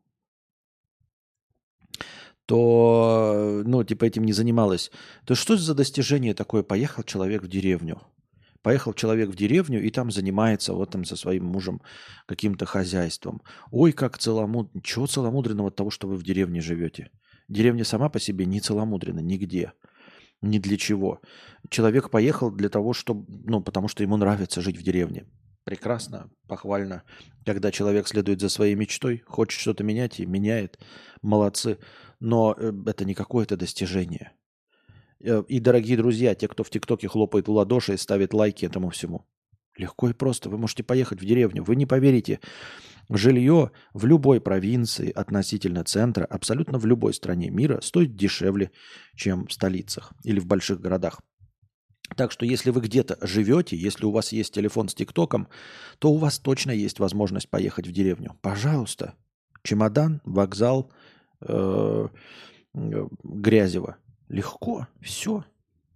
то, ну, типа этим не занималась, то что за достижение такое? Поехал человек в деревню. Поехал человек в деревню и там занимается вот там со своим мужем каким-то хозяйством. Ой, как целомудренно. Чего целомудренного от того, что вы в деревне живете? Деревня сама по себе не целомудрена нигде. Ни для чего. Человек поехал для того, чтобы, ну, потому что ему нравится жить в деревне. Прекрасно, похвально. Когда человек следует за своей мечтой, хочет что-то менять и меняет. Молодцы. Но э, это не какое-то достижение. Э, И, дорогие друзья, те, кто в ТикТоке хлопает в ладоши и ставит лайки этому всему. Легко и просто. Вы можете поехать в деревню. Вы не поверите. Жилье в любой провинции относительно центра, абсолютно в любой стране мира стоит дешевле, чем в столицах или в больших городах. Так что если вы где-то живете, если у вас есть телефон с ТикТоком, то у вас точно есть возможность поехать в деревню. Пожалуйста. Чемодан, вокзал, э, э, Грязево. Легко. Все.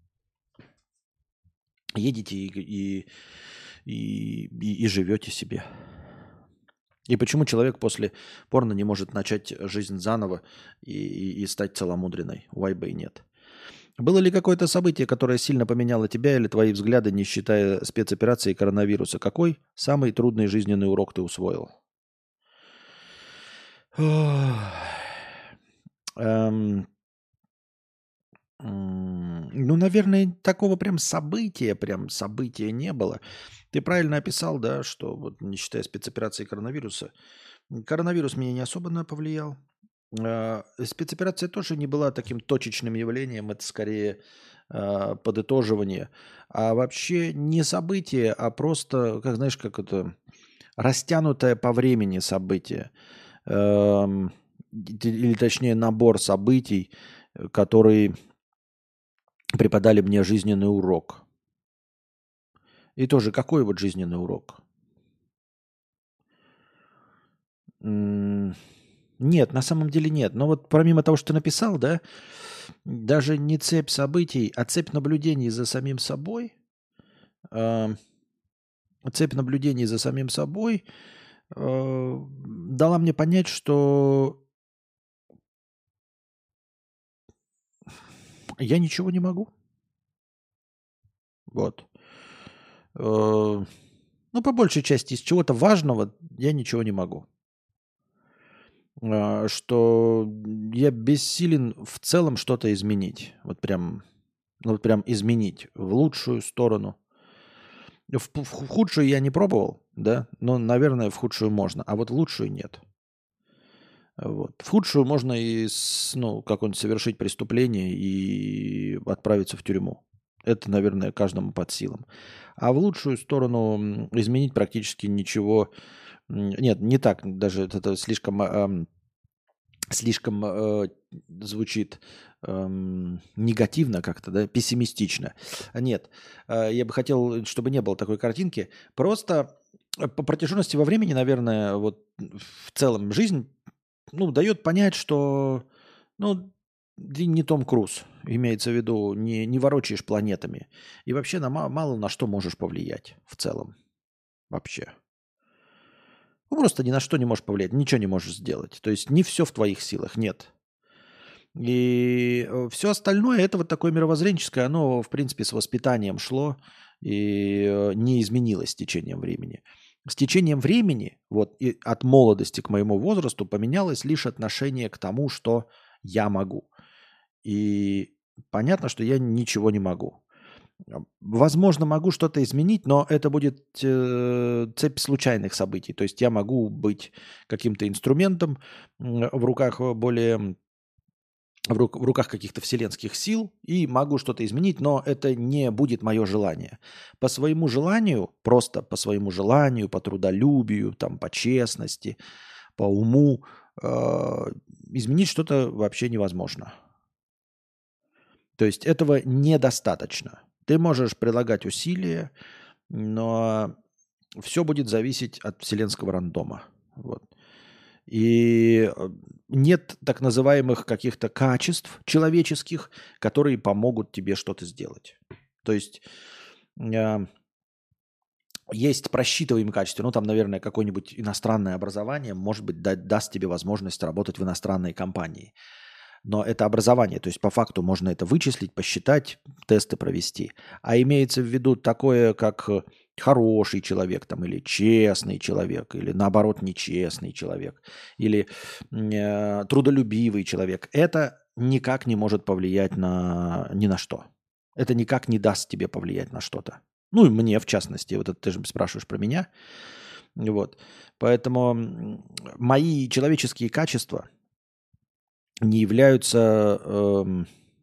Едете и, и, и, и- и живете себе. И почему человек после порно не может начать жизнь заново и, и- и стать целомудренной? Why бы и нет. Было ли какое-то событие, которое сильно поменяло тебя или твои взгляды, не считая спецоперации и коронавируса? Какой самый трудный жизненный урок ты усвоил? Ох. Эм, м, Ну, наверное, такого прям события, прям события не было. Ты правильно описал, да, что вот не считая спецоперации и коронавируса, коронавирус меня не особо на повлиял. А, Спецоперация тоже не была таким точечным явлением, это скорее а, подытоживание. А вообще не событие, а просто, как знаешь, как это, растянутое по времени событие. Эм, д- Или точнее набор событий, э, которые преподали мне жизненный урок. И тоже какой вот жизненный урок? М, Нет, на самом деле нет. Но вот помимо того, что ты написал, да, даже не цепь событий, а цепь наблюдений за самим собой, а, цепь наблюдений за самим собой э, дала мне понять, что я ничего не могу. Вот. Э, Ну, по большей части, из чего-то важного я ничего не могу. А, Что я бессилен в целом что-то изменить. Вот прям, ну, вот прям изменить в лучшую сторону. В, в худшую я не пробовал, да, но, наверное, в худшую можно, а вот в лучшую нет. Вот. В худшую можно и с, ну, какое-нибудь совершить преступление и отправиться в тюрьму. Это, наверное, каждому под силам. А в лучшую сторону м, изменить практически ничего. м, Нет, не так. Даже это это слишком, ам, слишком э, звучит эм, негативно как-то, да, пессимистично. А Нет, э, я бы хотел, чтобы не было такой картинки. Просто э, по протяженности во времени, наверное, вот в целом жизнь ну, дает понять, что ну, ты не Том Круз, имеется в виду, не, не ворочаешь планетами. И вообще на ма- мало на что можешь повлиять в целом. Вообще. Ну, просто ни на что не можешь повлиять, ничего не можешь сделать. То есть не все в твоих силах, нет. И все остальное, это вот такое мировоззренческое, оно, в принципе, с воспитанием шло и э, не изменилось с течением времени. С течением времени, вот и от молодости к моему возрасту, поменялось лишь отношение к тому, что я могу. И понятно, что я ничего не могу. А, Возможно, могу что-то изменить, но это будет э, цепь случайных событий. То есть я могу быть каким-то инструментом м, в руках э, более в, рук- в руках каких-то вселенских сил и могу что-то изменить, но это не будет мое желание. По своему желанию, просто по своему желанию, по трудолюбию, там, по честности, по уму, э, изменить что-то вообще невозможно. То есть этого недостаточно. Ты можешь прилагать усилия, но все будет зависеть от вселенского рандома. Вот. И э, нет так называемых каких-то качеств человеческих, которые помогут тебе что-то сделать. То есть э, есть просчитываемые качества. Ну, там, наверное, какое-нибудь иностранное образование, может быть, да- даст тебе возможность работать в иностранной компании. Но это образование, то есть по факту можно это вычислить, посчитать, тесты провести. А имеется в виду такое, как э, хороший человек там, или честный человек, или наоборот нечестный человек, или э, трудолюбивый человек. Это никак не может повлиять на ни на что. Это никак не даст тебе повлиять на что-то. Ну и мне в частности, вот это ты же спрашиваешь про меня. Вот. Поэтому м, мои человеческие качества не являются эм,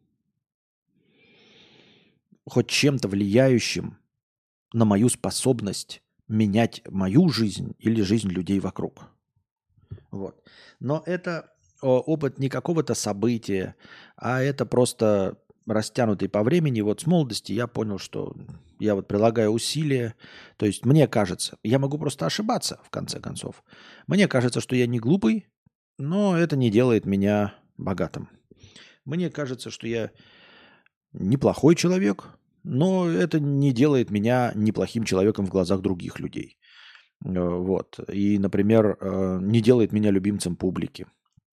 хоть чем-то влияющим на мою способность менять мою жизнь или жизнь людей вокруг. Вот. Но это о, опыт не какого-то события, а это просто растянутый по времени. Вот с молодости я понял, что я вот прилагаю усилия. То есть мне кажется, я могу просто ошибаться в конце концов. Мне кажется, что я не глупый, но это не делает меня богатым. Мне кажется, что я неплохой человек, но это не делает меня неплохим человеком в глазах других людей. Э, Вот. И, например, э, не делает меня любимцем публики.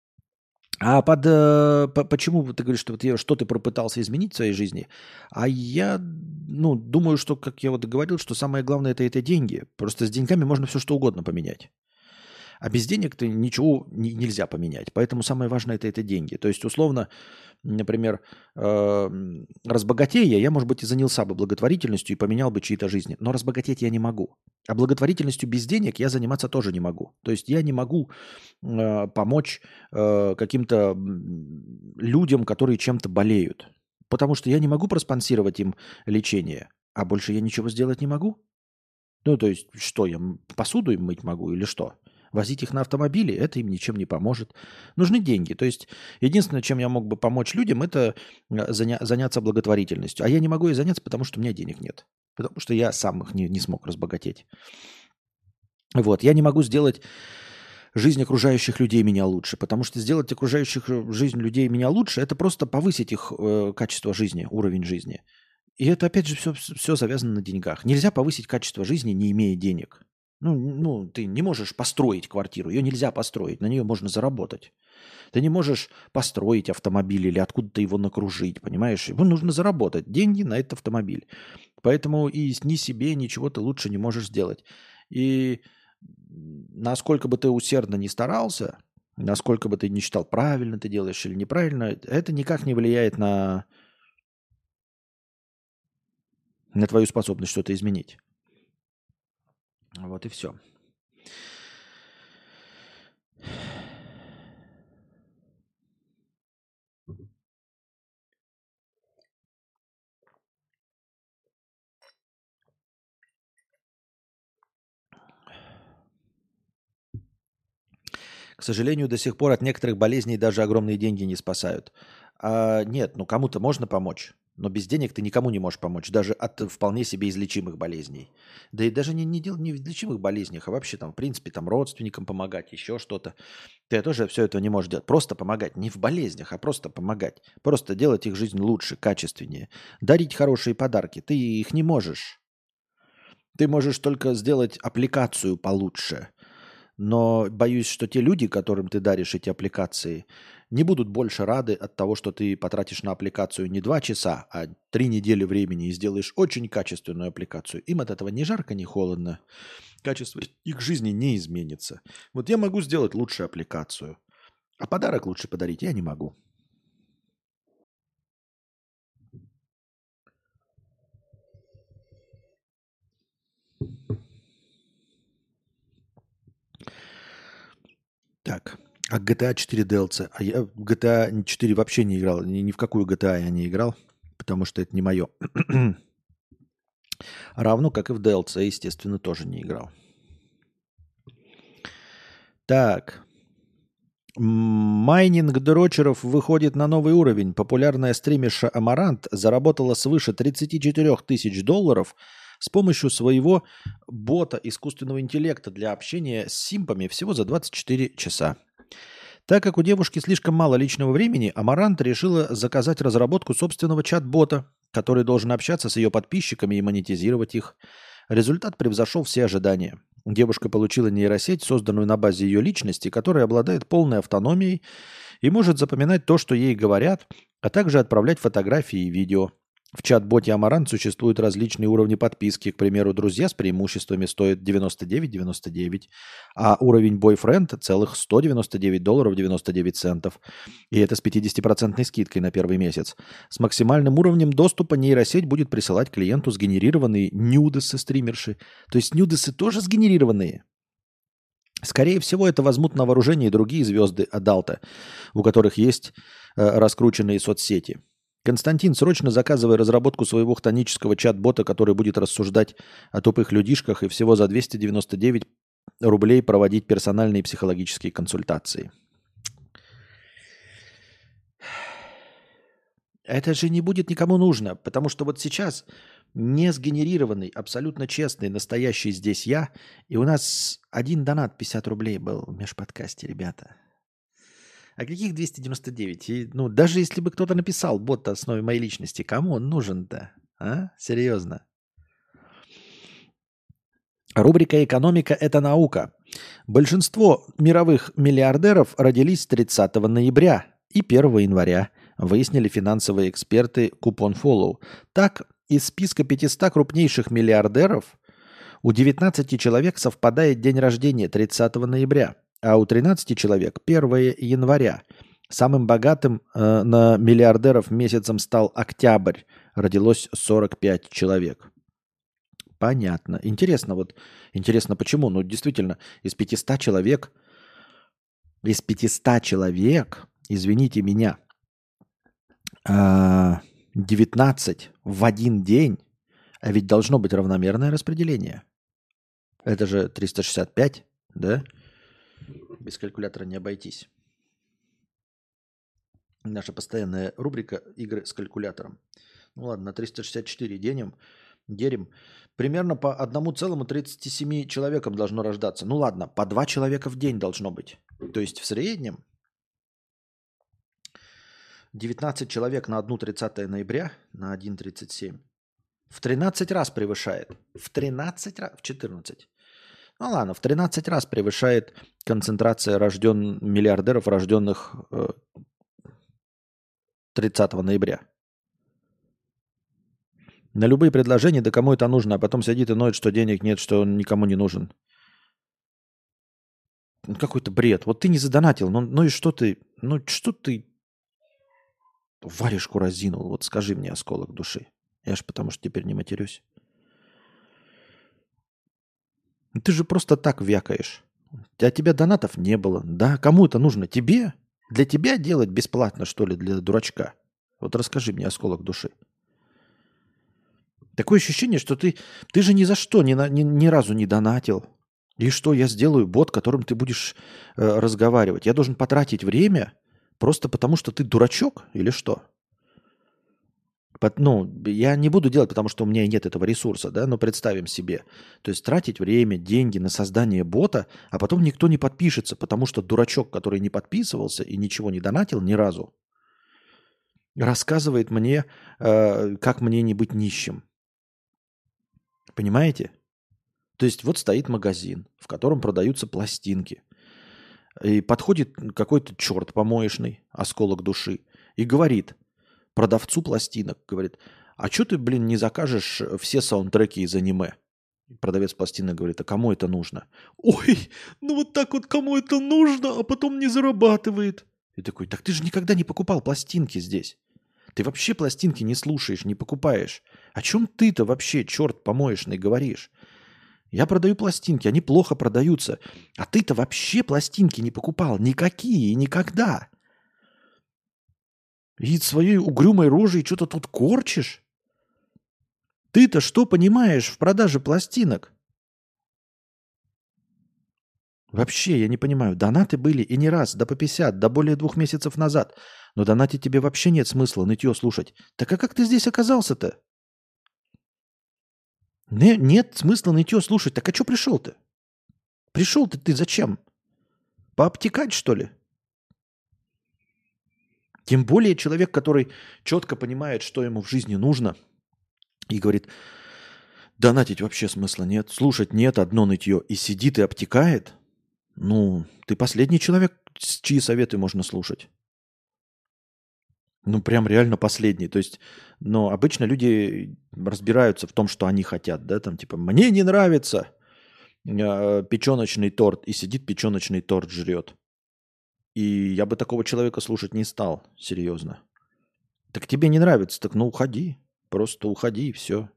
А под, э, по- почему ты говоришь, что, вот я- что ты пропытался изменить в своей жизни? А я, ну, думаю, что, как я вот говорил, что самое главное это, это деньги. Просто с деньгами можно все что угодно поменять. А без денег ты ничего не- нельзя поменять. Поэтому самое важное это, это деньги. То есть, условно, например, эм, разбогатея, я, может быть, и занялся бы благотворительностью и поменял бы чьи-то жизни. Но разбогатеть я не могу. А благотворительностью без денег я заниматься тоже не могу. То есть я не могу э, помочь э, каким-то м, людям, которые чем-то болеют. Потому что я не могу проспонсировать им лечение. А больше я ничего сделать не могу. Ну, то есть, что я м, посуду им мыть могу или что? Возить их на автомобиле, это им ничем не поможет. Нужны деньги. То есть, единственное, чем я мог бы помочь людям, это э, заня- заняться благотворительностью. А я не могу ей заняться, потому что у меня денег нет. Потому что я сам их не, не смог разбогатеть. Вот. Я не могу сделать жизнь окружающих людей меня лучше, потому что сделать окружающих э, жизнь людей меня лучше, это просто повысить их э, качество жизни, уровень жизни. И это, опять же, все, все завязано на деньгах. Нельзя повысить качество жизни, не имея денег. Ну, ну, ты не можешь построить квартиру, ее нельзя построить, на нее можно заработать. Ты не можешь построить автомобиль или откуда-то его накружить, понимаешь? Ему нужно заработать деньги на этот автомобиль. Поэтому и ни себе, ничего ты лучше не можешь сделать. И насколько бы ты усердно не старался, насколько бы ты не считал, правильно ты делаешь или неправильно, это никак не влияет на, на твою способность что-то изменить. Вот и все. К сожалению, до сих пор от некоторых болезней даже огромные деньги не спасают. А, нет, ну кому-то можно помочь, но без денег ты никому не можешь помочь, даже от вполне себе излечимых болезней. Да и даже не, не, дел, не в излечимых болезнях, а вообще там, в принципе, там родственникам помогать, еще что-то. Ты тоже все это не можешь делать. Просто помогать, не в болезнях, а просто помогать. Просто делать их жизнь лучше, качественнее. Дарить хорошие подарки. Ты их не можешь. Ты можешь только сделать аппликацию получше. Но боюсь, что те люди, которым ты даришь эти аппликации, не будут больше рады от того, что ты потратишь на аппликацию не два часа, а три недели времени и сделаешь очень качественную аппликацию. Им от этого ни жарко, ни холодно. Качество их жизни не изменится. Вот я могу сделать лучшую аппликацию, а подарок лучше подарить я не могу. Так, а джи ти эй четыре ди эл си? А я в джи ти эй четыре вообще не играл. Ни, ни в какую джи ти эй я не играл, потому что это не мое. Равно как и в ди эл си, естественно, тоже не играл. Так. Майнинг дрочеров выходит на новый уровень. Популярная стримерша Амарант заработала свыше тридцать четыре тысяч долларов с помощью своего бота искусственного интеллекта для общения с симпами всего за двадцать четыре часа. Так как у девушки слишком мало личного времени, Амарант решила заказать разработку собственного чат-бота, который должен общаться с ее подписчиками и монетизировать их. Результат превзошел все ожидания. Девушка получила нейросеть, созданную на базе ее личности, которая обладает полной автономией и может запоминать то, что ей говорят, а также отправлять фотографии и видео. В чат-боте Амарант существуют различные уровни подписки. К примеру, друзья с преимуществами стоят девяносто девять девяносто девять, а уровень бойфренд целых сто девяносто девять долларов девяносто девять центов. И это с пятидесятипроцентной скидкой на первый месяц. С максимальным уровнем доступа нейросеть будет присылать клиенту сгенерированные нюдесы стримерши. То есть нюдесы тоже сгенерированные? Скорее всего, это возьмут на вооружение и другие звезды адалта, у которых есть э, раскрученные соцсети. Константин, срочно заказывай разработку своего хтонического чат-бота, который будет рассуждать о тупых людишках и всего за двести девяносто девять рублей проводить персональные психологические консультации. Это же не будет никому нужно, потому что вот сейчас не сгенерированный, абсолютно честный, настоящий здесь я, и у нас один донат пятьдесят рублей был в межподкасте, ребята. А каких двести девяносто девять? И, ну, даже если бы кто-то написал бот на основе моей личности, кому он нужен-то? А? Серьезно. Рубрика «Экономика – это наука». Большинство мировых миллиардеров родились тридцатого ноября и первого января, выяснили финансовые эксперты Coupon Follow. Так, из списка пятисот крупнейших миллиардеров у девятнадцати человек совпадает день рождения тридцатого ноября. А у тринадцати человек первого января. Самым богатым э, на миллиардеров месяцем стал октябрь. Родилось сорок пять человек. Понятно. Интересно, вот интересно, почему? Ну, действительно, из пятисот человек, из пятисот человек, извините меня, э, девятнадцать в один день, а ведь должно быть равномерное распределение. Это же триста шестьдесят пять, да? Без калькулятора не обойтись. Наша постоянная рубрика «Игры с калькулятором». Ну ладно, на триста шестьдесят четыре денем, делим. Примерно по одному целому тридцати семи человекам должно рождаться. Ну ладно, по два человека в день должно быть. То есть в среднем девятнадцать человек на одно тридцатое ноября, на один тридцать семь, в тринадцать раз превышает. В тринадцать раз, в четырнадцать. Ну ладно, в тринадцать раз превышает концентрация рожден... миллиардеров, рожденных э, тридцатого ноября. На любые предложения, да кому это нужно, а потом сидит и ноет, что денег нет, что он никому не нужен. Ну, какой-то бред. Вот ты не задонатил, ну, ну и что ты, ну что ты варежку разинул? Вот скажи мне, осколок души. Я ж потому что теперь не матерюсь. Ты же просто так вякаешь. А тебя донатов не было. Да, кому это нужно? Тебе? Для тебя делать бесплатно, что ли, для дурачка? Вот расскажи мне, осколок души. Такое ощущение, что ты, ты же ни за что ни, на, ни, ни разу не донатил. И что я сделаю бот, которым ты будешь э, разговаривать? Я должен потратить время просто потому, что ты дурачок или что? Пот- Ну, я не буду делать, потому что у меня нет этого ресурса, да, но представим себе. То есть тратить время, деньги на создание бота, а потом никто не подпишется, потому что дурачок, который не подписывался и ничего не донатил ни разу, рассказывает мне, э, как мне не быть нищим. Понимаете? То есть вот стоит магазин, в котором продаются пластинки. И подходит какой-то черт помоечный, осколок души, и говорит продавцу пластинок, говорит, а что ты, блин, не закажешь все саундтреки из аниме? Продавец пластинок говорит, а кому это нужно? Ой, ну вот так вот кому это нужно, а потом не зарабатывает. И такой, так ты же никогда не покупал пластинки здесь. Ты вообще пластинки не слушаешь, не покупаешь. О чем ты-то вообще, черт помоечный, говоришь? Я продаю пластинки, они плохо продаются. А ты-то вообще пластинки не покупал. Никакие и никогда. И своей угрюмой рожей что-то тут корчишь? Ты-то что понимаешь в продаже пластинок? Вообще, я не понимаю. Донаты были и не раз, да по пятьдесят, да более двух месяцев назад. Но донатить тебе вообще нет смысла нытье слушать. Так а как ты здесь оказался-то? Не, нет смысла нытье слушать. Так а что пришел-то? Пришел-то ты зачем? Пообтекать, что ли? Тем более человек, который четко понимает, что ему в жизни нужно, и говорит, донатить вообще смысла нет, слушать нет, одно нытье, и сидит и обтекает, ну, ты последний человек, с чьи советы можно слушать. Ну, прям реально последний. То есть, но обычно люди разбираются в том, что они хотят, да, там типа, мне не нравится э, печеночный торт, и сидит печеночный торт жрет. И я бы такого человека слушать не стал, серьезно. Так тебе не нравится, так ну уходи. Просто уходи и все.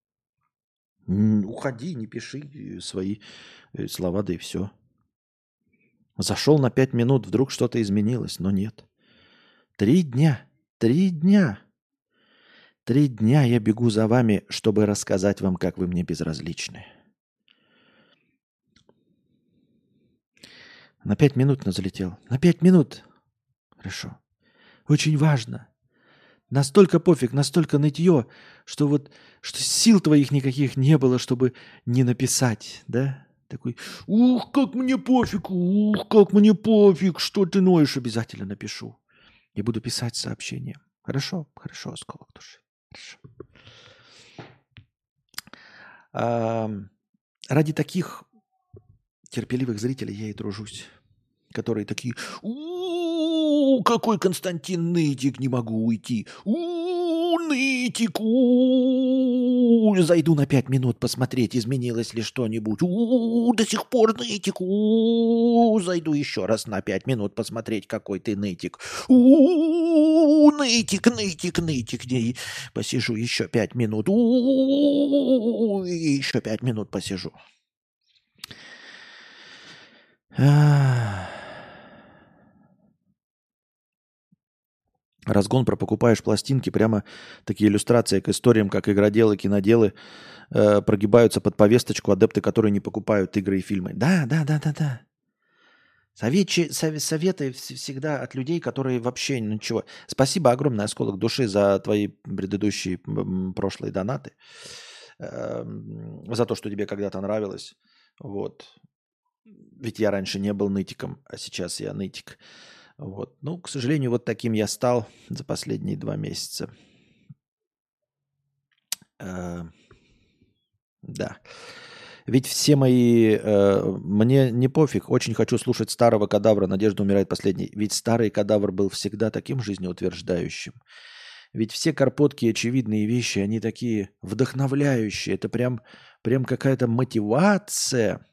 Уходи, не пиши э, свои э, слова, да и все. Зашел на пять минут, вдруг что-то изменилось, но нет. Три дня, три дня. Три дня я бегу за вами, чтобы рассказать вам, как вы мне безразличны. На пять минут на залетел. На пять минут. Хорошо. Очень важно. Настолько пофиг, настолько нытье, что вот что сил твоих никаких не было, чтобы не написать, да? Такой, ух, как мне пофиг, ух, как мне пофиг, что ты ноешь, обязательно напишу. И буду писать сообщение. Хорошо, хорошо, осколок души. Хорошо. А, ради таких терпеливых зрителей я и тружусь, которые такие, у какой Константин нытик, не могу уйти, у нытик, у зайду на пять минут посмотреть, изменилось ли что-нибудь, у до сих пор нытик, у зайду еще раз на пять минут посмотреть, какой ты нытик, у нытик, нытик, нытик, не посижу еще пять минут, у еще пять минут посижу. Разгон про покупаешь пластинки, прямо такие иллюстрации к историям, как игроделы, киноделы э, прогибаются под повесточку адепты, которые не покупают игры и фильмы. Да, да, да, да, да. Советчи, сове- советы вс- всегда от людей, которые вообще ничего. Спасибо огромное, осколок души, за твои предыдущие м, прошлые донаты, Эм, за то, что тебе когда-то нравилось. Вот. Ведь я раньше не был нытиком, а сейчас я нытик. Вот. Ну, к сожалению, вот таким я стал за последние два месяца. Э, да. Ведь все мои... э, мне не пофиг, очень хочу слушать старого кадавра, Надежда умирает последней. Ведь старый кадавр был всегда таким жизнеутверждающим. Ведь все карпотки, очевидные вещи, они такие вдохновляющие. Это прям, прям какая-то мотивация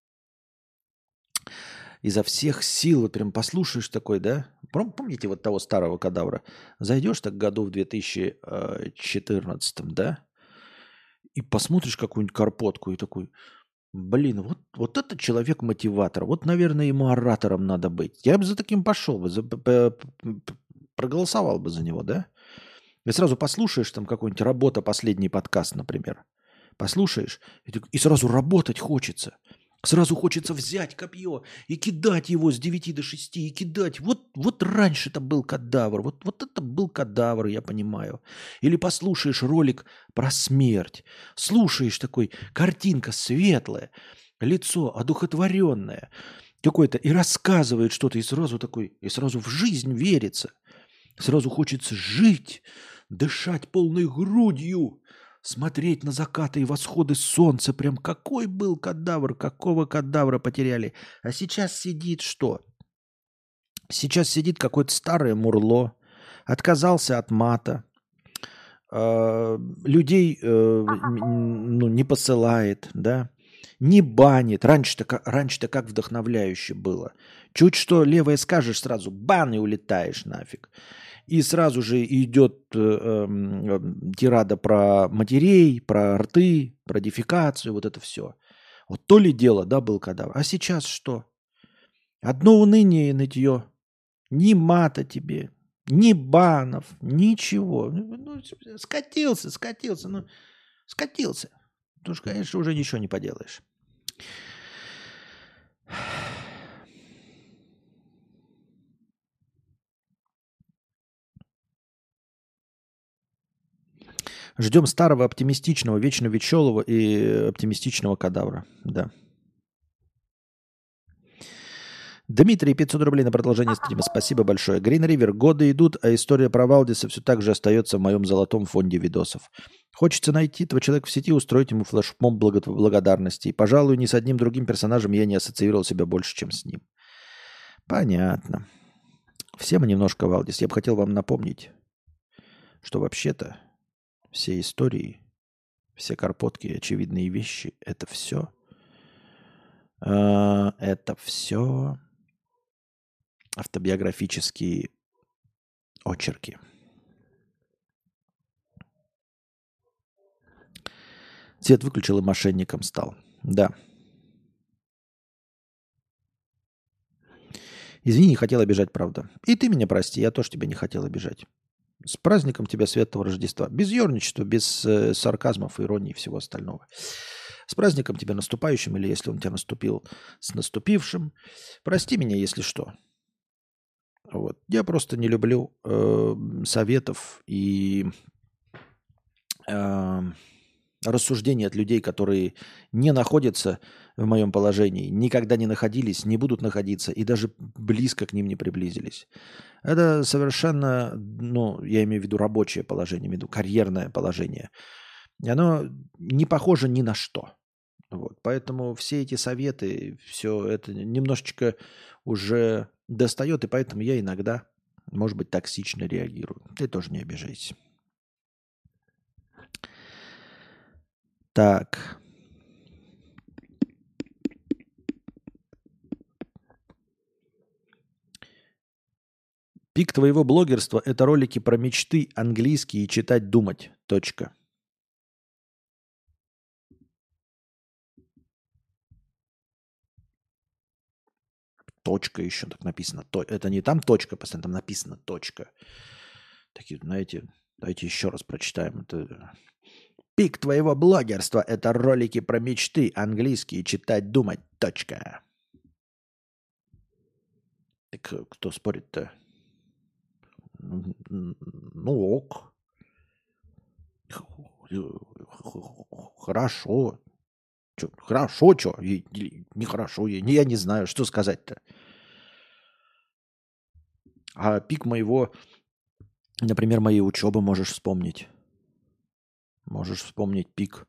изо всех сил. Вот прям послушаешь такой, да? Пом- Помните вот того старого кадавра? Зайдешь так году в две тысячи четырнадцатом, да? И посмотришь какую-нибудь карпотку и такой, блин, вот, вот это человек-мотиватор. Вот, наверное, ему оратором надо быть. Я бы за таким пошел бы, за- п- п- п- проголосовал бы за него, да? И сразу послушаешь там какой-нибудь «Работа», последний подкаст, например. Послушаешь, и, так- и сразу работать хочется. Сразу хочется взять копье и кидать его с девяти до шести, и кидать. Вот, вот раньше это был кадавр, вот, вот это был кадавр, я понимаю. Или послушаешь ролик про смерть, слушаешь такой, картинка светлая, лицо одухотворенное какое-то, и рассказывает что-то, и сразу такой, и сразу в жизнь верится. Сразу хочется жить, дышать полной грудью, смотреть на закаты и восходы солнца. Прям какой был кадавр, какого кадавра потеряли. А сейчас сидит что? Сейчас сидит какое-то старое мурло, отказался от мата, э, людей э, м, ну, не посылает, да, не банит. Раньше-то, ка- раньше-то как вдохновляюще было. Чуть что левое скажешь, сразу бан и улетаешь нафиг. И сразу же идет э, эм, эм, тирада про матерей, про рты, про дефекацию, вот это все. Вот то ли дело, да, был кадавр. А сейчас что? Одно уныние и нытье. Ни мата тебе, ни банов, ничего. Ну, ну, скатился, скатился, ну, скатился. Потому что, конечно, уже ничего не поделаешь. Ждем старого, оптимистичного, вечно веселого и оптимистичного кадавра. Да. Дмитрий, пятьсот рублей на продолжение стрима. Спасибо большое. Green River. Годы идут, а история про Валдиса все так же остается в моем золотом фонде видосов. Хочется найти этого человека в сети, устроить ему флешмоб благо- благодарности. И, пожалуй, ни с одним другим персонажем я не ассоциировал себя больше, чем с ним. Понятно. Все мы немножко Валдис. Я бы хотел вам напомнить, что вообще-то все истории, все карпотки, очевидные вещи, это все, это все автобиографические очерки. Свет выключил и мошенником стал. Да. Извини, не хотел обижать, правда. И ты меня прости, я тоже тебя не хотел обижать. С праздником тебя, Светлого Рождества. Без ерничества, без э, сарказмов, иронии и всего остального. С праздником тебя наступающим, или если он тебя наступил, с наступившим. Прости меня, если что. Вот. Я просто не люблю э, советов и э, рассуждений от людей, которые не находятся в моем положении, никогда не находились, не будут находиться и даже близко к ним не приблизились. Это совершенно, ну, я имею в виду рабочее положение, имею в виду карьерное положение. И оно не похоже ни на что. Вот. Поэтому все эти советы, все это немножечко уже достает, и поэтому я иногда, может быть, токсично реагирую. Ты тоже не обижайся. Так. Пик твоего блогерства – это ролики про мечты, английский и читать, думать. Точка. Точка еще так написано. То- Это не там точка, постоянно там написано точка. Такие, знаете, давайте еще раз прочитаем. Это... Пик твоего блогерства – это ролики про мечты, английский и читать, думать. Точка. Так э, кто спорит-то? Ну, ну ок. Хорошо. Чё, хорошо, что? Нехорошо. Я, не- я не знаю, что сказать-то. А пик моего, например, моей учебы можешь вспомнить. Можешь вспомнить пик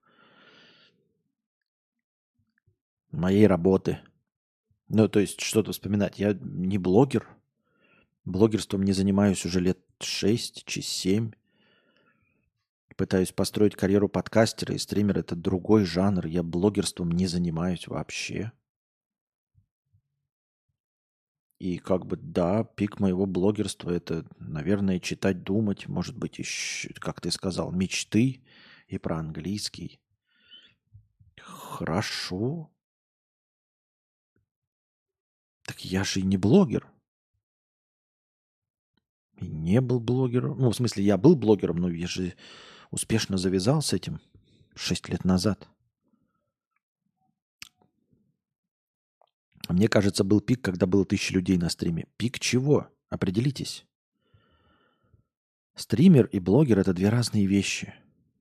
моей работы. Ну, то есть что-то вспоминать. Я не блогер. Блогерством не занимаюсь уже лет шесть, семь. Пытаюсь построить карьеру подкастера и стримера. Это другой жанр. Я блогерством не занимаюсь вообще. И как бы, да, пик моего блогерства – это, наверное, читать, думать, может быть, еще, как ты сказал, мечты и про английский. Хорошо. Так я же и не блогер. И не был блогером. Ну, в смысле, я был блогером, но я же успешно завязал с этим шесть лет назад. А мне кажется, был пик, когда было тысяча людей на стриме. Пик чего? Определитесь. Стример и блогер – это две разные вещи.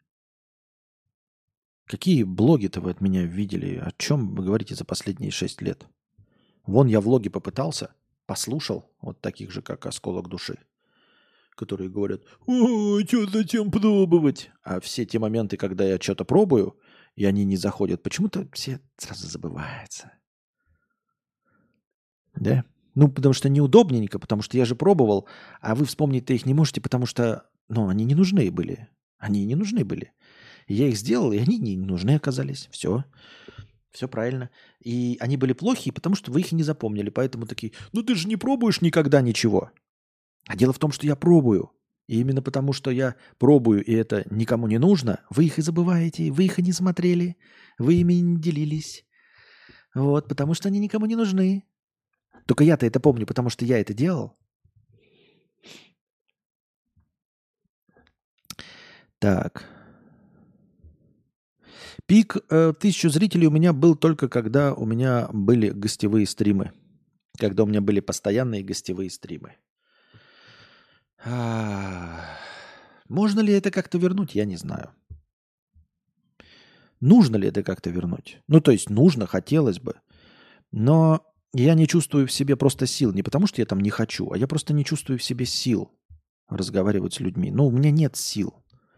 Какие блоги-то вы от меня видели? О чем вы говорите за последние шесть лет? Вон я влоги попытался, послушал, вот таких же, как «Осколок души», которые говорят: «Ой, что, зачем пробовать?» А все те моменты, когда я что-то пробую, и они не заходят, почему-то все сразу забываются. Да? Ну, потому что неудобненько, потому что я же пробовал, а вы вспомнить-то их не можете, потому что, ну, они не нужны были. Они не нужны были. Я их сделал, и они не нужны оказались. Все. Все правильно. И они были плохие, потому что вы их не запомнили. Поэтому такие: ну ты же не пробуешь никогда ничего. А дело в том, что я пробую. И именно потому, что я пробую, и это никому не нужно, вы их и забываете, вы их и не смотрели, вы ими не делились. Вот, потому что они никому не нужны. Только я-то это помню, потому что я это делал. Так. Пик э, тысячу зрителей у меня был только когда у меня были гостевые стримы. Когда у меня были постоянные гостевые стримы. А, можно ли это как-то вернуть, я не знаю. Нужно ли это как-то вернуть? Ну, то есть нужно, хотелось бы. Но я не чувствую в себе просто сил. Не потому, что я там не хочу, а я просто не чувствую в себе сил разговаривать с людьми. Ну, у меня нет сил.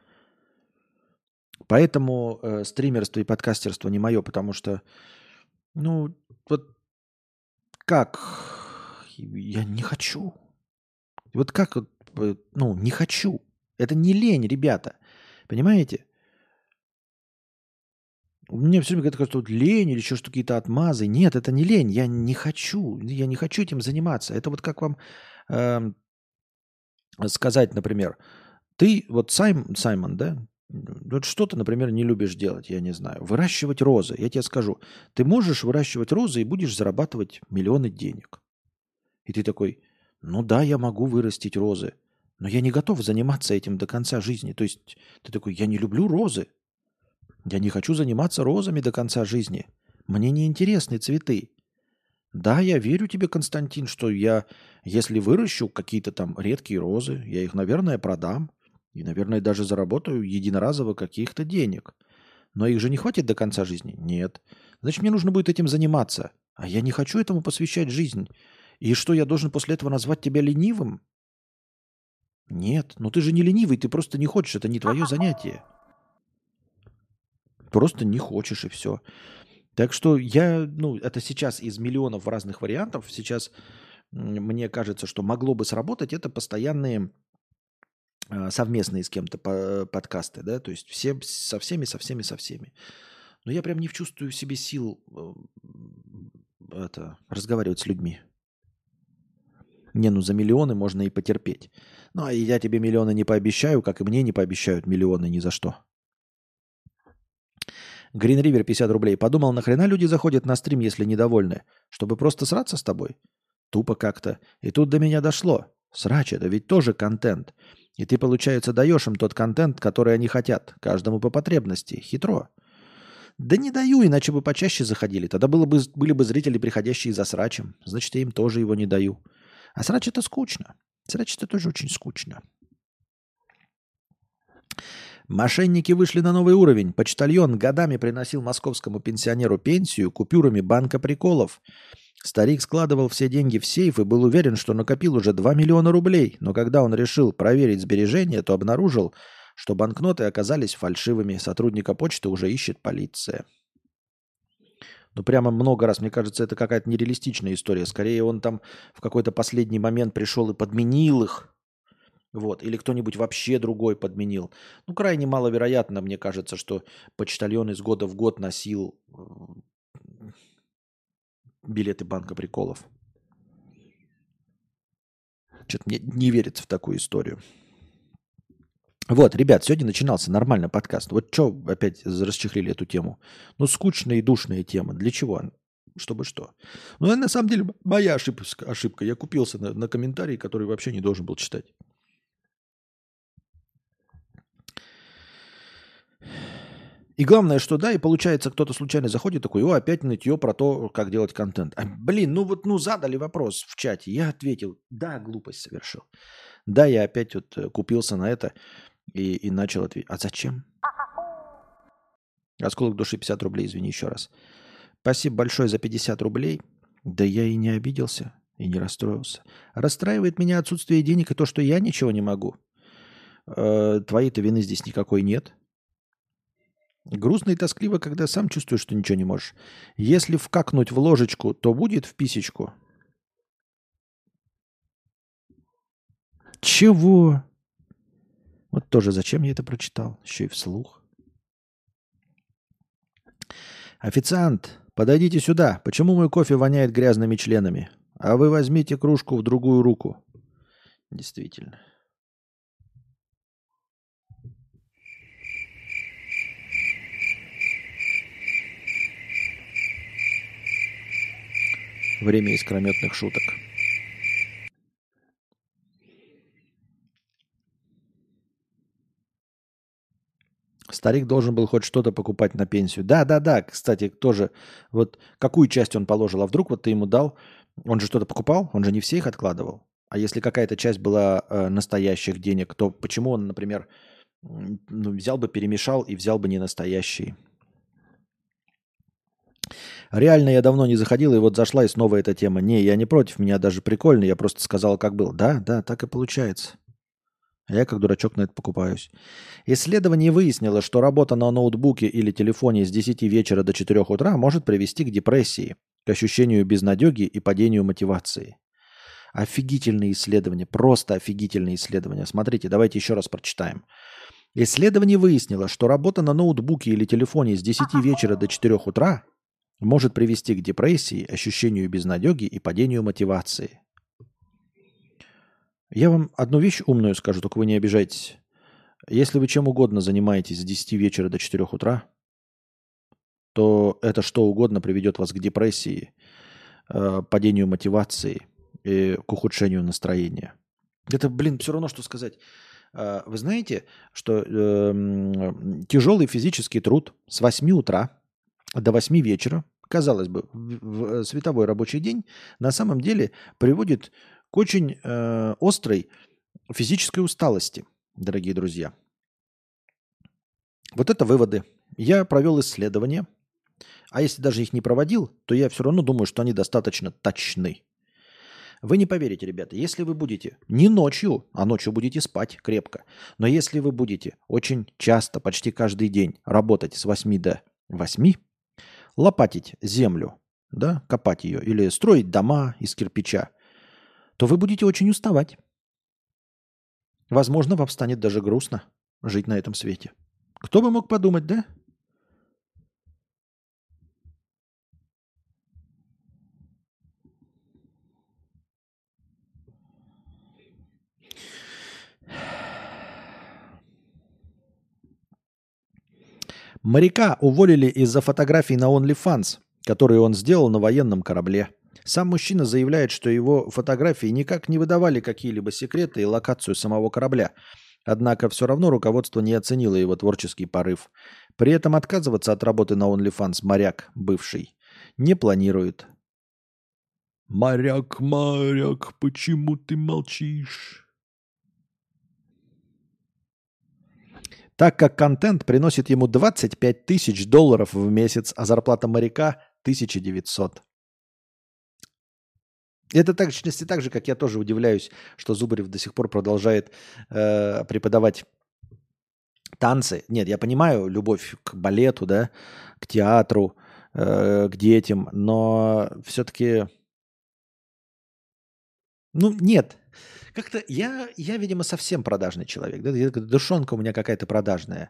Поэтому э, стримерство и подкастерство не мое, потому что, ну, вот как? Я не хочу. Вот как, вот, э, ну, не хочу. Это не лень, ребята. Понимаете? Мне все время кажется, что вот лень или еще что какие-то отмазы. Нет, это не лень. Я не хочу. Я не хочу этим заниматься. Это вот как вам эм, сказать, например, ты вот Сайм, Саймон, да? Вот что ты, например, не любишь делать, я не знаю. Выращивать розы. Я тебе скажу, ты можешь выращивать розы и будешь зарабатывать миллионы денег. И ты такой: ну да, я могу вырастить розы, но я не готов заниматься этим до конца жизни. То есть ты такой: я не люблю розы. Я не хочу заниматься розами до конца жизни. Мне не интересны цветы. Да, я верю тебе, Константин, что я, если выращу какие-то там редкие розы, я их, наверное, продам. И, наверное, даже заработаю единоразово каких-то денег. Но их же не хватит до конца жизни? Нет. Значит, мне нужно будет этим заниматься. А я не хочу этому посвящать жизнь. И что, я должен после этого назвать тебя ленивым? Нет. Ну ты же не ленивый, ты просто не хочешь. Это не твое занятие. Просто не хочешь, и все. Так что я, ну, это сейчас из миллионов разных вариантов. Сейчас м, мне кажется, что могло бы сработать это постоянные а, совместные с кем-то по- подкасты, да, то есть все со всеми, со всеми, со всеми. Но я прям не чувствую в себе сил э, это, разговаривать с людьми. Не, ну за миллионы можно и потерпеть. Ну, а я тебе миллионы не пообещаю, как и мне не пообещают миллионы ни за что. Green River пятьдесят рублей. Подумал, нахрена люди заходят на стрим, если недовольны? Чтобы просто сраться с тобой? Тупо как-то. И тут до меня дошло. Срач, это ведь тоже контент. И ты, получается, даешь им тот контент, который они хотят. Каждому по потребности. Хитро. Да не даю, иначе бы почаще заходили. Тогда было бы, были бы зрители, приходящие за срачем. Значит, я им тоже его не даю. А срач это скучно. Срач это тоже очень скучно. Мошенники вышли на новый уровень. Почтальон годами приносил московскому пенсионеру пенсию купюрами банка приколов. Старик складывал все деньги в сейф и был уверен, что накопил уже два миллиона рублей. Но когда он решил проверить сбережения, то обнаружил, что банкноты оказались фальшивыми. Сотрудника почты уже ищет полиция. Ну, прямо много раз. Мне кажется, это какая-то нереалистичная история. Скорее, он там в какой-то последний момент пришел и подменил их. Вот. Или кто-нибудь вообще другой подменил. Ну, крайне маловероятно, мне кажется, что почтальон из года в год носил э, билеты банка приколов. Что-то мне не верится в такую историю. Вот, ребят, сегодня начинался нормально подкаст. Вот что опять расчехлили эту тему? Ну, скучная и душная тема. Для чего? Чтобы что? Ну, это на самом деле моя ошибка. ошибка. Я купился на, на комментарий, который вообще не должен был читать. И главное, что да, и получается, кто-то случайно заходит такой, о, опять нытье про то, как делать контент. А, блин, ну вот, ну задали вопрос в чате, я ответил, да, глупость совершил. Да, я опять вот э, купился на это и, и начал ответить. А зачем? Осколок души пятьдесят рублей, извини еще раз. Спасибо большое за пятьдесят рублей. Да я и не обиделся, и не расстроился. Расстраивает меня отсутствие денег и то, что я ничего не могу. Э, твоей-то вины здесь никакой нет. Грустно и тоскливо, когда сам чувствуешь, что ничего не можешь. Если вкакнуть в ложечку, то будет в писечку. Чего? Вот тоже зачем я это прочитал? Еще и вслух. Официант, подойдите сюда. Почему мой кофе воняет грязными членами? А вы возьмите кружку в другую руку. Действительно. Время искрометных шуток. Старик должен был хоть что-то покупать на пенсию. Да, да, да, кстати, тоже. Вот какую часть он положил? А вдруг вот ты ему дал? Он же что-то покупал? Он же не все их откладывал. А если какая-то часть была э, настоящих денег, то почему он, например, м, ну, взял бы, перемешал и взял бы не настоящие? Реально я давно не заходил, и вот зашла и снова эта тема. Не, я не против, меня даже прикольно, я просто сказал, как было. Да, да, так и получается. А я как дурачок на это покупаюсь. Исследование выяснило, что работа на ноутбуке или телефоне с десяти вечера до четырёх утра может привести к депрессии, к ощущению безнадеги и падению мотивации. Офигительные исследования, просто офигительные исследования. Смотрите, давайте еще раз прочитаем. Исследование выяснило, что работа на ноутбуке или телефоне с десяти вечера до четырёх утра может привести к депрессии, ощущению безнадеги и падению мотивации. Я вам одну вещь умную скажу, только вы не обижайтесь. Если вы чем угодно занимаетесь с десяти вечера до четырёх утра, то это что угодно приведет вас к депрессии, э, падению мотивации и к ухудшению настроения. Это, блин, все равно, что сказать. Э, Вы знаете, что эм, тяжелый физический труд с восьми утра до восьми вечера, казалось бы, в в световой рабочий день, на самом деле приводит к очень э, острой физической усталости, дорогие друзья. Вот это выводы. Я провел исследования, а если даже их не проводил, то я все равно думаю, что они достаточно точны. Вы не поверите, ребята, если вы будете не ночью, а ночью будете спать крепко, но если вы будете очень часто, почти каждый день работать с восьми до восьми, лопатить землю, да, копать ее или строить дома из кирпича, то вы будете очень уставать. Возможно, вам станет даже грустно жить на этом свете. Кто бы мог подумать, да? Моряка уволили из-за фотографий на OnlyFans, которые он сделал на военном корабле. Сам мужчина заявляет, что его фотографии никак не выдавали какие-либо секреты и локацию самого корабля. Однако все равно руководство не оценило его творческий порыв. При этом отказываться от работы на OnlyFans моряк, бывший, не планирует. Моряк, моряк, почему ты молчишь? Так как контент приносит ему двадцать пять тысяч долларов в месяц, а зарплата моряка тысяча девятьсот. Это так, точности так же, как я тоже удивляюсь, что Зубарев до сих пор продолжает э, преподавать танцы. Нет, я понимаю любовь к балету, да, к театру, э, к детям, но все-таки, ну, нет. Как-то я, я, видимо, совсем продажный человек. Да? Я- Душонка у меня какая-то продажная.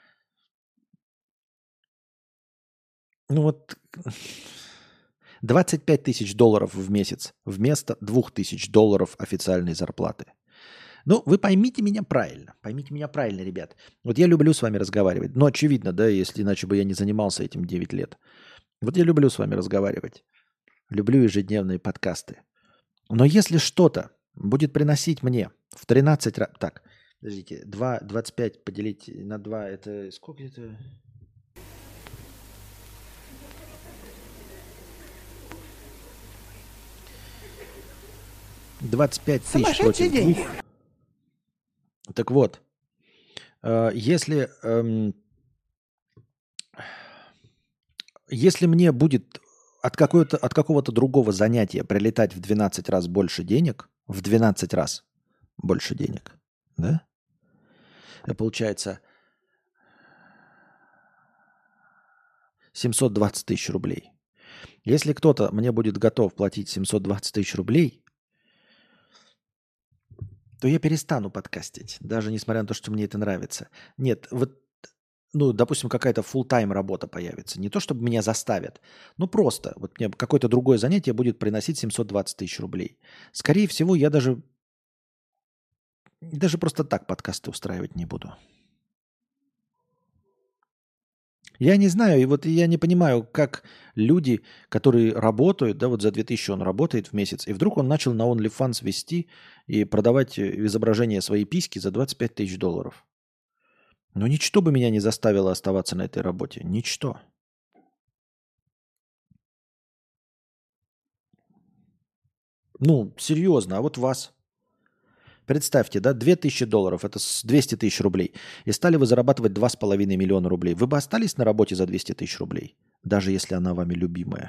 Ну вот двадцать пять тысяч долларов в месяц вместо двух тысяч долларов официальной зарплаты. Ну, вы поймите меня правильно. Поймите меня правильно, ребят. Вот я люблю с вами разговаривать. Ну, очевидно, да, если иначе бы я не занимался этим девять лет. Вот я люблю с вами разговаривать. Люблю ежедневные подкасты. Но если что-то будет приносить мне в тринадцать раз... Так, подождите, два, двадцать пять поделить на два, это сколько это? двадцать пять тысяч против двух. Так вот, э, если, эм, если мне будет от, какой-то, от какого-то другого занятия прилетать в двенадцать раз больше денег, в двенадцать раз больше денег, да? Это получается семьсот двадцать тысяч рублей. Если кто-то мне будет готов платить семьсот двадцать тысяч рублей, то я перестану подкастить, даже несмотря на то, что мне это нравится. Нет, вот, ну, допустим, какая-то full-time работа появится. Не то, чтобы меня заставят, ну, просто вот мне какое-то другое занятие будет приносить семьсот двадцать тысяч рублей. Скорее всего, я даже, даже просто так подкасты устраивать не буду. Я не знаю, и вот я не понимаю, как люди, которые работают, да, вот за две тысячи он работает в месяц, и вдруг он начал на OnlyFans вести и продавать изображение своей письки за двадцать пять тысяч долларов. Но ничто бы меня не заставило оставаться на этой работе. Ничто. Ну, серьезно, а вот вас. Представьте, да, две тысячи долларов, это с двести тысяч рублей. И стали вы зарабатывать два с половиной миллиона рублей. Вы бы остались на работе за двести тысяч рублей, даже если она вами любимая.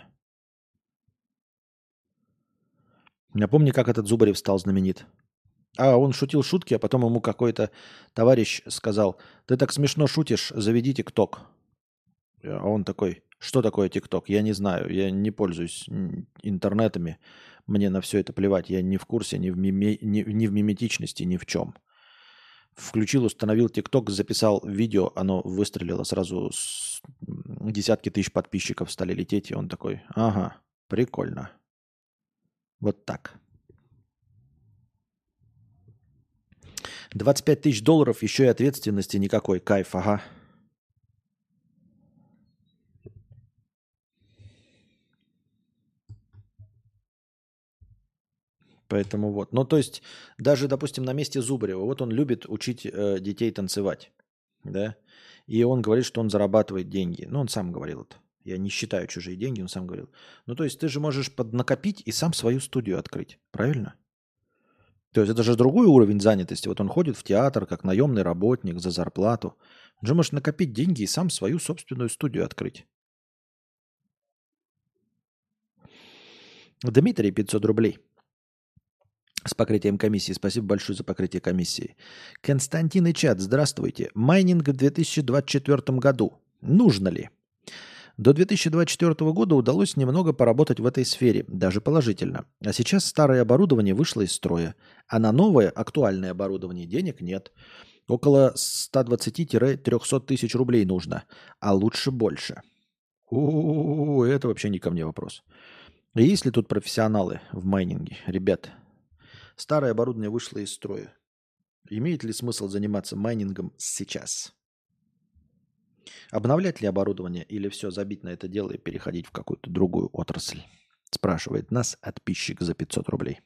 Я помню, как этот Зубарев стал знаменит. А он шутил шутки, а потом ему какой-то товарищ сказал: ты так смешно шутишь, заведи ТикТок. А он такой: что такое ТикТок? Я не знаю, я не пользуюсь интернетами, мне на все это плевать, я не в курсе ни в, миме, ни, ни в миметичности, ни в чем. Включил, установил ТикТок, записал видео, оно выстрелило, сразу с... десятки тысяч подписчиков стали лететь, и он такой: ага, прикольно. Вот так. двадцать пять тысяч долларов, еще и ответственности никакой. Кайф, ага. Поэтому вот. Ну, то есть, даже, допустим, на месте Зубарева, вот он любит учить э, детей танцевать, да, и он говорит, что он зарабатывает деньги. Ну, он сам говорил это. Я не считаю чужие деньги, он сам говорил. Ну, то есть, ты же можешь поднакопить и сам свою студию открыть, правильно? То есть, это же другой уровень занятости. Вот он ходит в театр как наемный работник за зарплату. Он же может накопить деньги и сам свою собственную студию открыть. Дмитрий, пятьсот рублей. С покрытием комиссии. Спасибо большое за покрытие комиссии. Константин и чат, здравствуйте. Майнинг в две тысячи двадцать четвёртом году. Нужно ли? До две тысячи двадцать четвёртого года удалось немного поработать в этой сфере, даже положительно. А сейчас старое оборудование вышло из строя, а на новое, актуальное оборудование денег нет. Около ста двадцати - трёхсот тысяч рублей нужно, а лучше больше. У-у-у, это вообще не ко мне вопрос. Есть ли тут профессионалы в майнинге? Ребят, старое оборудование вышло из строя. Имеет ли смысл заниматься майнингом сейчас? Обновлять ли оборудование или все, забить на это дело и переходить в какую-то другую отрасль? Спрашивает нас подписчик за пятьсот рублей.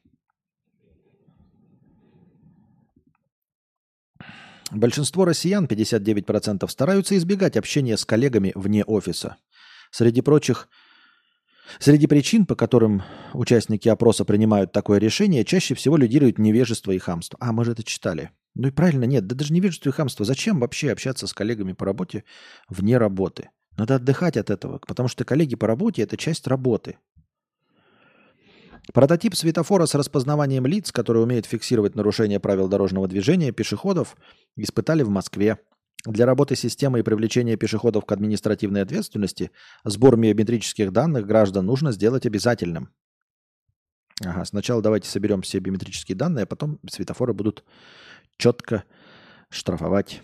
Большинство россиян, пятьдесят девять процентов, стараются избегать общения с коллегами вне офиса. Среди прочих, среди причин, по которым участники опроса принимают такое решение, чаще всего лидирует невежество и хамство. А, мы же это читали. Ну и правильно, нет, да даже невежество и хамство. Зачем вообще общаться с коллегами по работе вне работы? Надо отдыхать от этого, потому что коллеги по работе – это часть работы. Прототип светофора с распознаванием лиц, который умеет фиксировать нарушение правил дорожного движения пешеходов, испытали в Москве. Для работы системы и привлечения пешеходов к административной ответственности сбор биометрических данных граждан нужно сделать обязательным. Ага, сначала давайте соберем все биометрические данные, а потом светофоры будут четко штрафовать.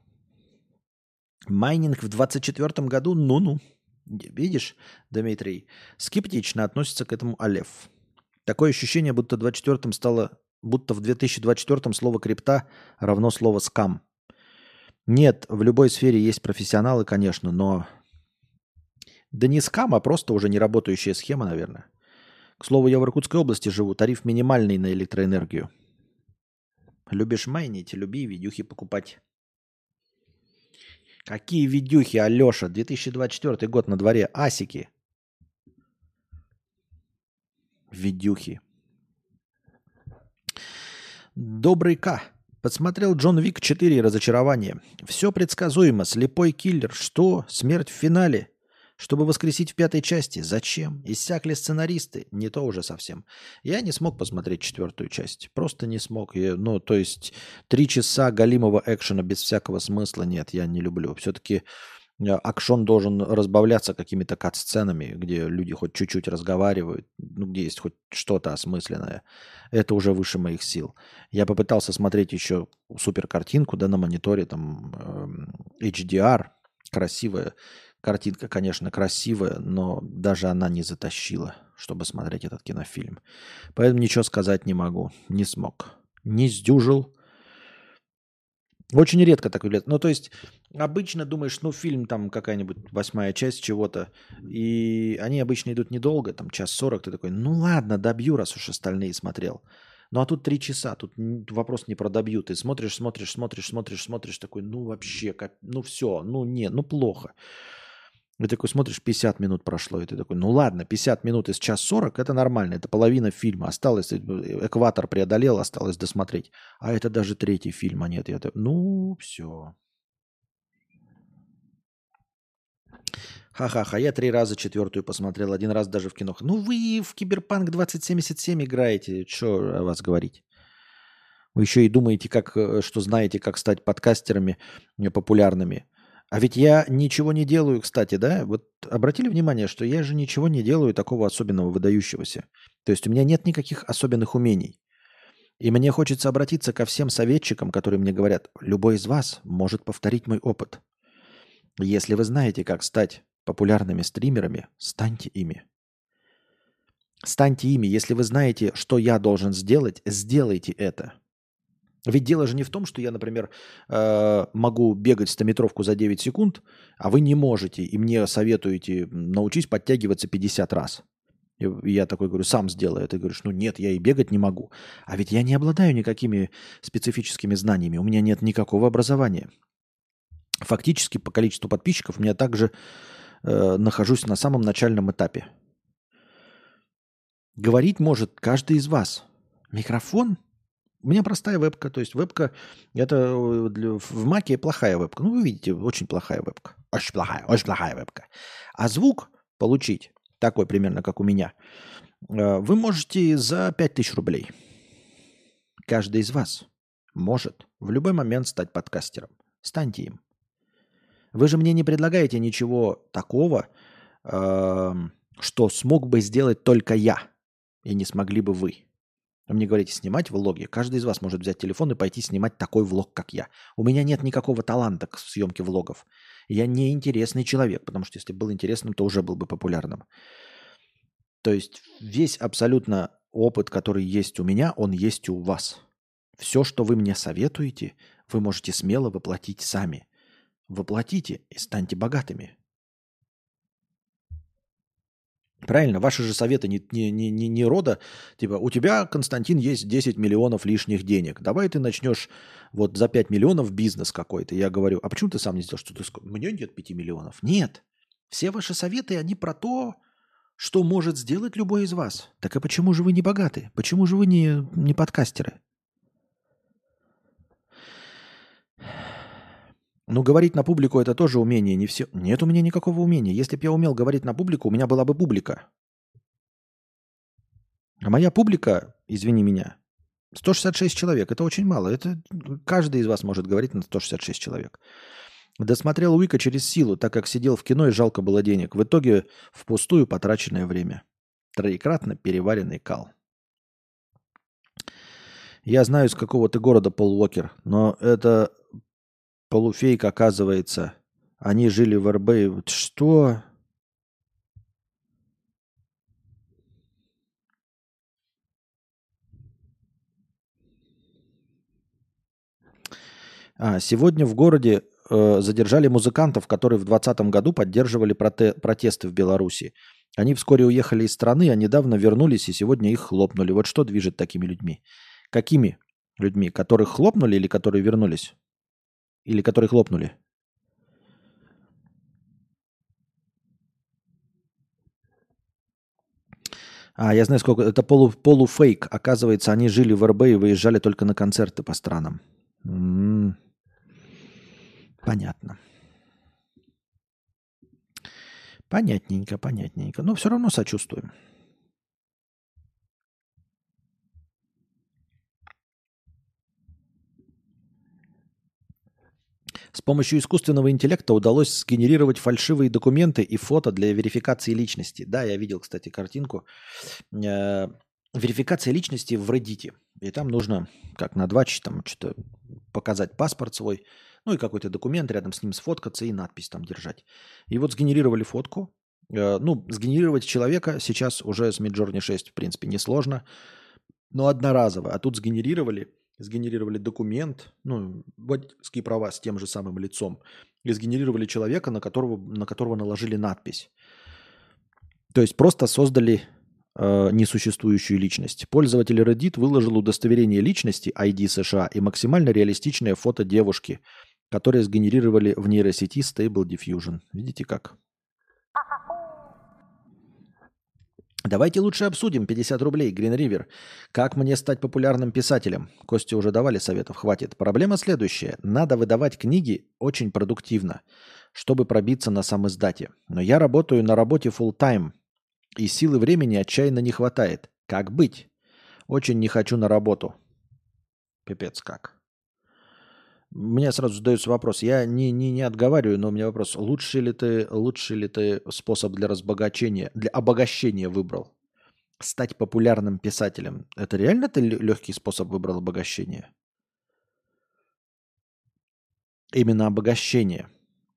Майнинг в двадцать четвёртом году, ну-ну. Видишь, Дмитрий, скептично относится к этому Алеф. Такое ощущение, будто в двадцать четвёртом стало, будто в две тысячи двадцать четвёртом слово крипта равно слово скам. Нет, в любой сфере есть профессионалы, конечно, но... Да не скам, а просто уже не работающая схема, наверное. К слову, я в Иркутской области живу, тариф минимальный на электроэнергию. Любишь майнить, люби видюхи покупать. Какие видюхи, Алеша? две тысячи двадцать четвёртый год на дворе. Асики. Видюхи. Добрый К. Подсмотрел Джон Вик четыре разочарование. Все предсказуемо. Слепой киллер. Что? Смерть в финале? Чтобы воскресить в пятой части. Зачем? Иссякли сценаристы. Не то уже совсем. Я не смог посмотреть четвертую часть. Просто не смог. Я, ну, то есть три часа галимого экшена без всякого смысла. Нет, я не люблю. Все-таки акшон должен разбавляться какими-то кат-сценами, где люди хоть чуть-чуть разговаривают, ну, где есть хоть что-то осмысленное. Это уже выше моих сил. Я попытался смотреть еще супер картинку, да, на мониторе, там, эм, эйч ди ар, красивая картинка, конечно, красивая, но даже она не затащила, чтобы смотреть этот кинофильм. Поэтому ничего сказать не могу, не смог. Не сдюжил. Очень редко так выглядит. Ну, то есть, обычно думаешь, ну, фильм там какая-нибудь восьмая часть чего-то, и они обычно идут недолго, там, час сорок, ты такой, ну, ладно, добью, раз уж остальные смотрел. Ну, а тут три часа, тут вопрос не про добью. Ты смотришь, смотришь, смотришь, смотришь, смотришь, такой, ну, вообще, как, ну, все, ну, нет, ну, плохо. Ты такой смотришь, пятьдесят минут прошло, и ты такой, ну ладно, пятьдесят минут из час сорок, это нормально, это половина фильма. Осталось, экватор преодолел, осталось досмотреть. А это даже третий фильм, а нет. Я так, ну, все. Ха-ха-ха, я три раза четвертую посмотрел, один раз даже в кино. Ну вы в Киберпанк двадцать семьдесят семь играете, что о вас говорить? Вы еще и думаете, как, что знаете, как стать подкастерами популярными. А ведь я ничего не делаю, кстати, да? Вот обратили внимание, что я же ничего не делаю такого особенного, выдающегося. То есть у меня нет никаких особенных умений. И мне хочется обратиться ко всем советчикам, которые мне говорят, любой из вас может повторить мой опыт. Если вы знаете, как стать популярными стримерами, станьте ими. Станьте ими. Если вы знаете, что я должен сделать, сделайте это. Ведь дело же не в том, что я, например, э, могу бегать стометровку за девять секунд, а вы не можете, и мне советуете научись подтягиваться пятьдесят раз. И я такой говорю, сам сделай. А ты говоришь, ну нет, я и бегать не могу. А ведь я не обладаю никакими специфическими знаниями, у меня нет никакого образования. Фактически по количеству подписчиков я также э, нахожусь на самом начальном этапе. Говорить может каждый из вас. Микрофон? У меня простая вебка, то есть вебка это для, в маке плохая вебка. Ну, вы видите, очень плохая вебка. Очень плохая, очень плохая вебка. А звук получить, такой примерно, как у меня, вы можете за пять тысяч рублей. Каждый из вас может в любой момент стать подкастером. Станьте им. Вы же мне не предлагаете ничего такого, что смог бы сделать только я, и не смогли бы вы. Вы мне говорите, снимать влоги. Каждый из вас может взять телефон и пойти снимать такой влог, как я. У меня нет никакого таланта к съемке влогов. Я не интересный человек, потому что если был интересным, то уже был бы популярным. То есть весь абсолютно опыт, который есть у меня, он есть и у вас. Все, что вы мне советуете, вы можете смело воплотить сами. Воплотите и станьте богатыми. Правильно, ваши же советы не, не, не, не, не рода, типа, у тебя, Константин, есть десять миллионов лишних денег, давай ты начнешь вот за пять миллионов бизнес какой-то. Я говорю, а почему ты сам не сделал, что ты сказал? У меня нет пяти миллионов. Нет, все ваши советы, они про то, что может сделать любой из вас. Так а почему же вы не богаты? Почему же вы не, не подкастеры? Ну, говорить на публику – это тоже умение. Не все. Нет у меня никакого умения. Если бы я умел говорить на публику, у меня была бы публика. А моя публика, извини меня, сто шестьдесят шесть человек. Это очень мало. Это каждый из вас может говорить на сто шестьдесят шесть человек. Досмотрел Уика через силу, так как сидел в кино и жалко было денег. В итоге впустую потраченное время. Троекратно переваренный кал. Я знаю, из какого ты города, Пол Уокер, но это полуфейк, оказывается. Они жили в эр бэ. Что? А, сегодня в городе э, задержали музыкантов, которые в двадцатом году поддерживали проте- протесты в Беларуси. Они вскоре уехали из страны, а недавно вернулись, и сегодня их хлопнули. Вот что движет такими людьми? Какими людьми? Которых хлопнули или которые вернулись? Или которые хлопнули? А, я знаю, сколько. Это полу, полуфейк. Оказывается, они жили в эр бэ и выезжали только на концерты по странам. М-м-м. Понятно. Понятненько, понятненько. Но все равно сочувствуем. С помощью искусственного интеллекта удалось сгенерировать фальшивые документы и фото для верификации личности. Да, я видел, кстати, картинку. Э, верификация личности в Reddit. И там нужно, как на два часа, там что-то показать паспорт свой, ну и какой-то документ рядом с ним сфоткаться и надпись там держать. И вот сгенерировали фотку. Э, ну, сгенерировать человека сейчас уже с Midjourney шесть, в принципе, несложно, но одноразово. А тут сгенерировали, сгенерировали документ, ну, водительские права с тем же самым лицом, и сгенерировали человека, на которого, на которого наложили надпись. То есть просто создали э, несуществующую личность. Пользователь Reddit выложил удостоверение личности ай ди США и максимально реалистичное фото девушки, которые сгенерировали в нейросети Stable Diffusion. Видите как? Давайте лучше обсудим. пятьдесят рублей. Green River. Как мне стать популярным писателем? Кости уже давали советов, хватит. Проблема следующая. Надо выдавать книги очень продуктивно, чтобы пробиться на самиздате. Но я работаю на работе full-time, и силы времени отчаянно не хватает. Как быть? Очень не хочу на работу. Пипец как. Мне сразу задается вопрос. Я не, не, не отговариваю, но у меня вопрос. Лучше ли ты, лучше ли ты способ для разбогачения, для обогащения выбрал? Стать популярным писателем. Это реально ты легкий способ выбрал обогащения? Именно обогащение.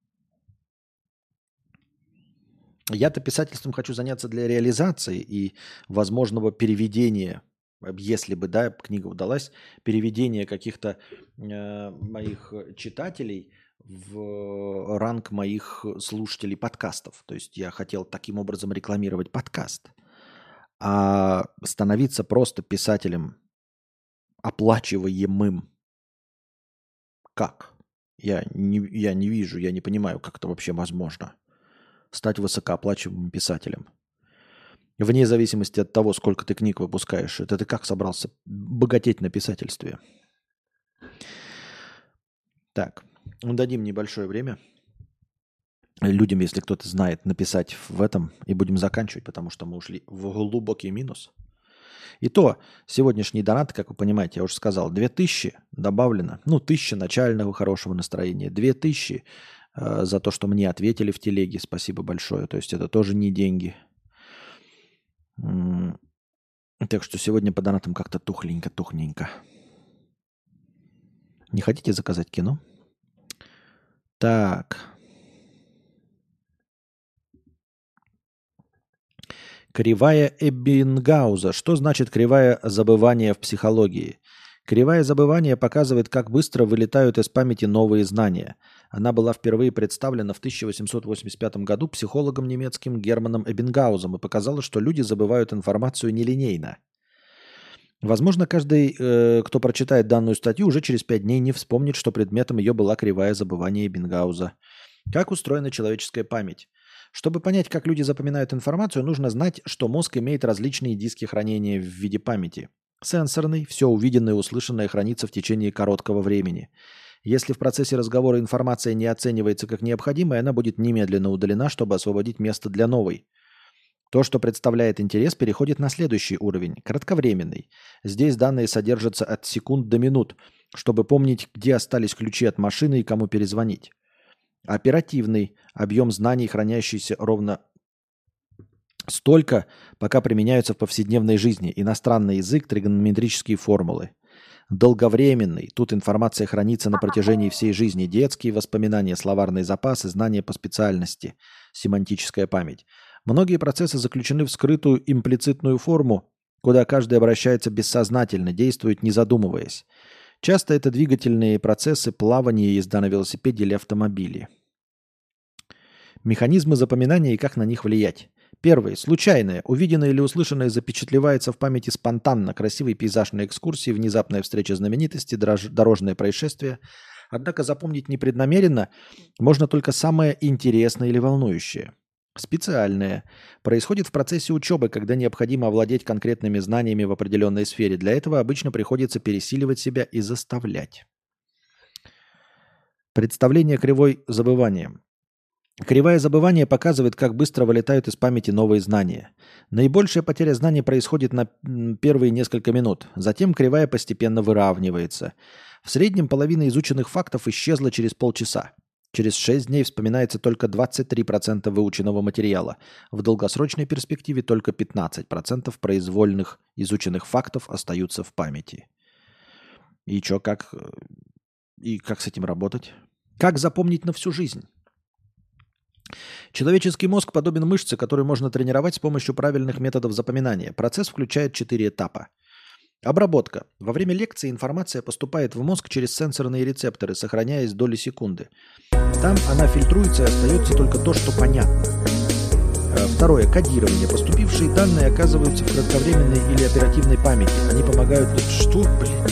Я-то писательством хочу заняться для реализации и возможного переведения, если бы, да, книга удалась, переведение каких-то э, моих читателей в ранг моих слушателей подкастов. То есть я хотел таким образом рекламировать подкаст. А становиться просто писателем оплачиваемым как? Я не, я не вижу, я не понимаю, как это вообще возможно. Стать высокооплачиваемым писателем. Вне зависимости от того, сколько ты книг выпускаешь. Это ты как собрался богатеть на писательстве? Так, дадим небольшое время людям, если кто-то знает, написать в этом, и будем заканчивать, потому что мы ушли в глубокий минус. И то, сегодняшний донат, как вы понимаете, я уже сказал, две тысячи добавлено, ну, тысяча начального хорошего настроения, две тысячи э, за то, что мне ответили в телеге, спасибо большое, то есть это тоже не деньги. М- Так что сегодня по донатам как-то тухленько-тухненько. Не хотите заказать кино? Так. Кривая Эббингауза. Что значит кривая забывания в психологии? Кривая забывания показывает, как быстро вылетают из памяти новые знания. Она была впервые представлена в тысяча восемьсот восемьдесят пятом году психологом немецким Германом Эббингаузом и показала, что люди забывают информацию нелинейно. Возможно, каждый, э, кто прочитает данную статью, уже через пять дней не вспомнит, что предметом ее была кривая забывания Эббингауза. Как устроена человеческая память? Чтобы понять, как люди запоминают информацию, нужно знать, что мозг имеет различные диски хранения в виде памяти. Сенсорный, все увиденное и услышанное хранится в течение короткого времени. Если в процессе разговора информация не оценивается как необходимая, она будет немедленно удалена, чтобы освободить место для новой. То, что представляет интерес, переходит на следующий уровень, кратковременный. Здесь данные содержатся от секунд до минут, чтобы помнить, где остались ключи от машины и кому перезвонить. Оперативный объем знаний, хранящийся ровно столько, пока применяются в повседневной жизни. Иностранный язык, тригонометрические формулы. Долговременный. Тут информация хранится на протяжении всей жизни. Детские воспоминания, словарный запас и знания по специальности. Семантическая память. Многие процессы заключены в скрытую имплицитную форму, куда каждый обращается бессознательно, действует не задумываясь. Часто это двигательные процессы, плавание, езда на велосипеде или автомобиле. Механизмы запоминания и как на них влиять. Первый. Случайное. Увиденное или услышанное запечатлевается в памяти спонтанно. Красивый пейзаж на экскурсии, внезапная встреча знаменитости, дорож... дорожное происшествие. Однако запомнить непреднамеренно можно только самое интересное или волнующее. Специальное. Происходит в процессе учебы, когда необходимо овладеть конкретными знаниями в определенной сфере. Для этого обычно приходится пересиливать себя и заставлять. Представление кривой забывания. Кривая забывания показывает, как быстро вылетают из памяти новые знания. Наибольшая потеря знаний происходит на первые несколько минут. Затем кривая постепенно выравнивается. В среднем половина изученных фактов исчезла через полчаса. Через шесть дней вспоминается только двадцать три процента выученного материала. В долгосрочной перспективе только пятнадцать процентов произвольных изученных фактов остаются в памяти. И что, как, и как с этим работать? Как запомнить на всю жизнь? Человеческий мозг подобен мышце, которую можно тренировать с помощью правильных методов запоминания. Процесс включает четыре этапа. Обработка. Во время лекции информация поступает в мозг через сенсорные рецепторы, сохраняясь доли секунды. Там она фильтруется и остается только то, что понятно. Второе. Кодирование. Поступившие данные оказываются в кратковременной или оперативной памяти. Они помогают... Что, блин?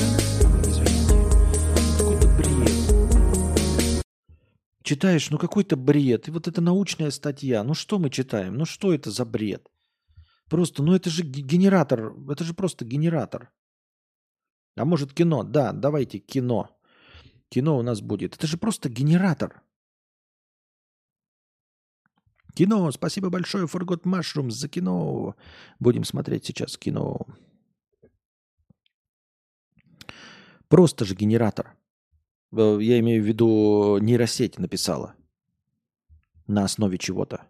Читаешь, ну какой-то бред. И вот это научная статья. Ну что мы читаем? Ну что это за бред? Просто, ну это же генератор. Это же просто генератор. А может кино? Да, давайте кино. Кино у нас будет. Это же просто генератор. Кино. Спасибо большое, Forgot Mushrooms, за кино. Будем смотреть сейчас кино. Просто же генератор. Я имею в виду, нейросеть написала. На основе чего-то.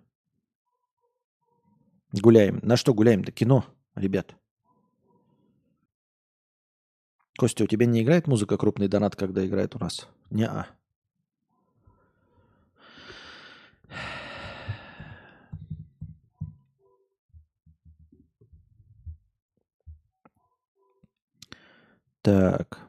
Гуляем. На что гуляем-то? Кино, ребят. Костя, у тебя не играет музыка «Крупный донат», когда играет у нас? Не-а. Так.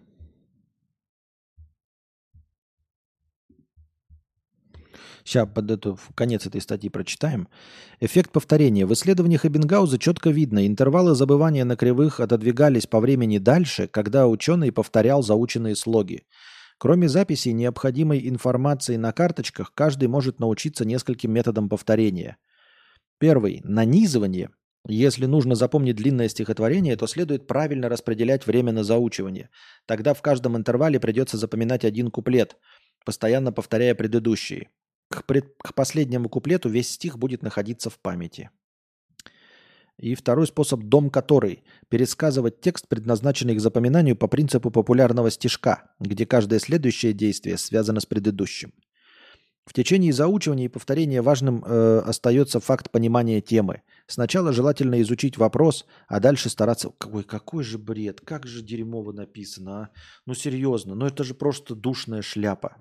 Сейчас под эту, в конец этой статьи прочитаем. Эффект повторения. В исследованиях Эббингауза четко видно, интервалы забывания на кривых отодвигались по времени дальше, когда ученый повторял заученные слоги. Кроме записей необходимой информации на карточках, каждый может научиться нескольким методам повторения. Первый. Нанизывание. Если нужно запомнить длинное стихотворение, то следует правильно распределять время на заучивание. Тогда в каждом интервале придется запоминать один куплет, постоянно повторяя предыдущие. К, пред... к последнему куплету весь стих будет находиться в памяти. И второй способ – дом который. Пересказывать текст, предназначенный к запоминанию по принципу популярного стишка, где каждое следующее действие связано с предыдущим. В течение заучивания и повторения важным э, остается факт понимания темы. Сначала желательно изучить вопрос, а дальше стараться... Какой, какой же бред, как же дерьмово написано, а? Ну серьезно, ну это же просто душная шляпа.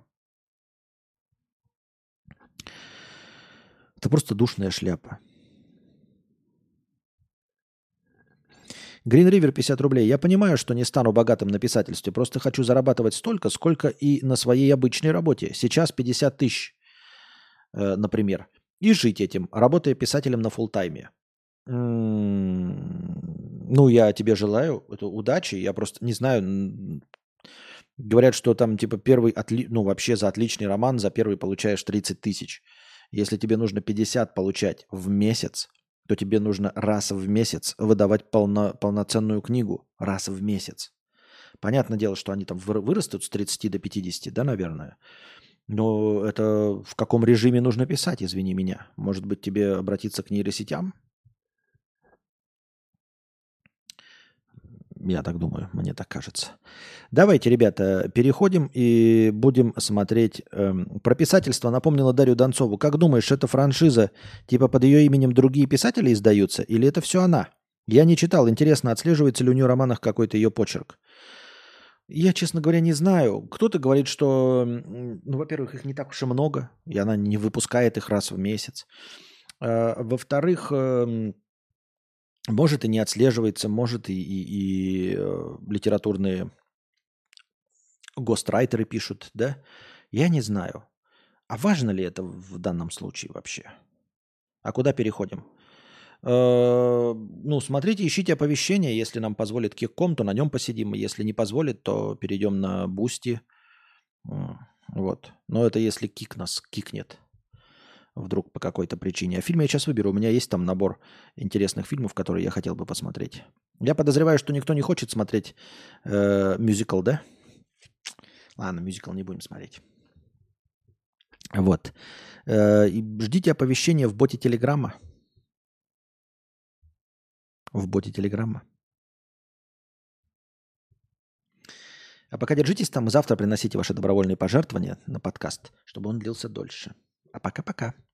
Это просто душная шляпа. Green River пятьдесят рублей. Я понимаю, что не стану богатым на писательстве. Просто хочу зарабатывать столько, сколько и на своей обычной работе. Сейчас пятьдесят тысяч, э, например. И жить этим, работая писателем на фултайме. М-м- ну, я тебе желаю это удачи. Я просто не знаю. Говорят, что там типа первый, отли... ну вообще за отличный роман за первый получаешь тридцать тысяч. Если тебе нужно пятьдесят получать в месяц, то тебе нужно раз в месяц выдавать полно, полноценную книгу. Раз в месяц. Понятное дело, что они там вырастут с тридцати до пятидесяти, да, наверное. Но это в каком режиме нужно писать, извини меня. Может быть, тебе обратиться к нейросетям? Я так думаю, мне так кажется. Давайте, ребята, переходим и будем смотреть. Эм, про писательство напомнила Дарью Донцову. Как думаешь, это франшиза, типа под ее именем другие писатели издаются? Или это все она? Я не читал. Интересно, отслеживается ли у нее в романах какой-то ее почерк? Я, честно говоря, не знаю. Кто-то говорит, что, ну, во-первых, их не так уж и много, и она не выпускает их раз в месяц. А, во-вторых, эм, может и не отслеживается, может и, и, и э, литературные гострайтеры пишут, да? Я не знаю. А важно ли это в данном случае вообще? А куда переходим? Э, ну, смотрите, ищите оповещения. Если нам позволит Кик.ком, то на нем посидим. Если не позволит, то перейдем на Бусти. Вот. Но это если Кик нас кикнет. вдруг по какой-то причине. А фильм я сейчас выберу. У меня есть там набор интересных фильмов, которые я хотел бы посмотреть. Я подозреваю, что никто не хочет смотреть э, мюзикл, да? Ладно, мюзикл не будем смотреть. Вот. Э, и ждите оповещения в боте Телеграма. В боте Телеграма. А пока держитесь там, завтра приносите ваши добровольные пожертвования на подкаст, чтобы он длился дольше. А пока-пока.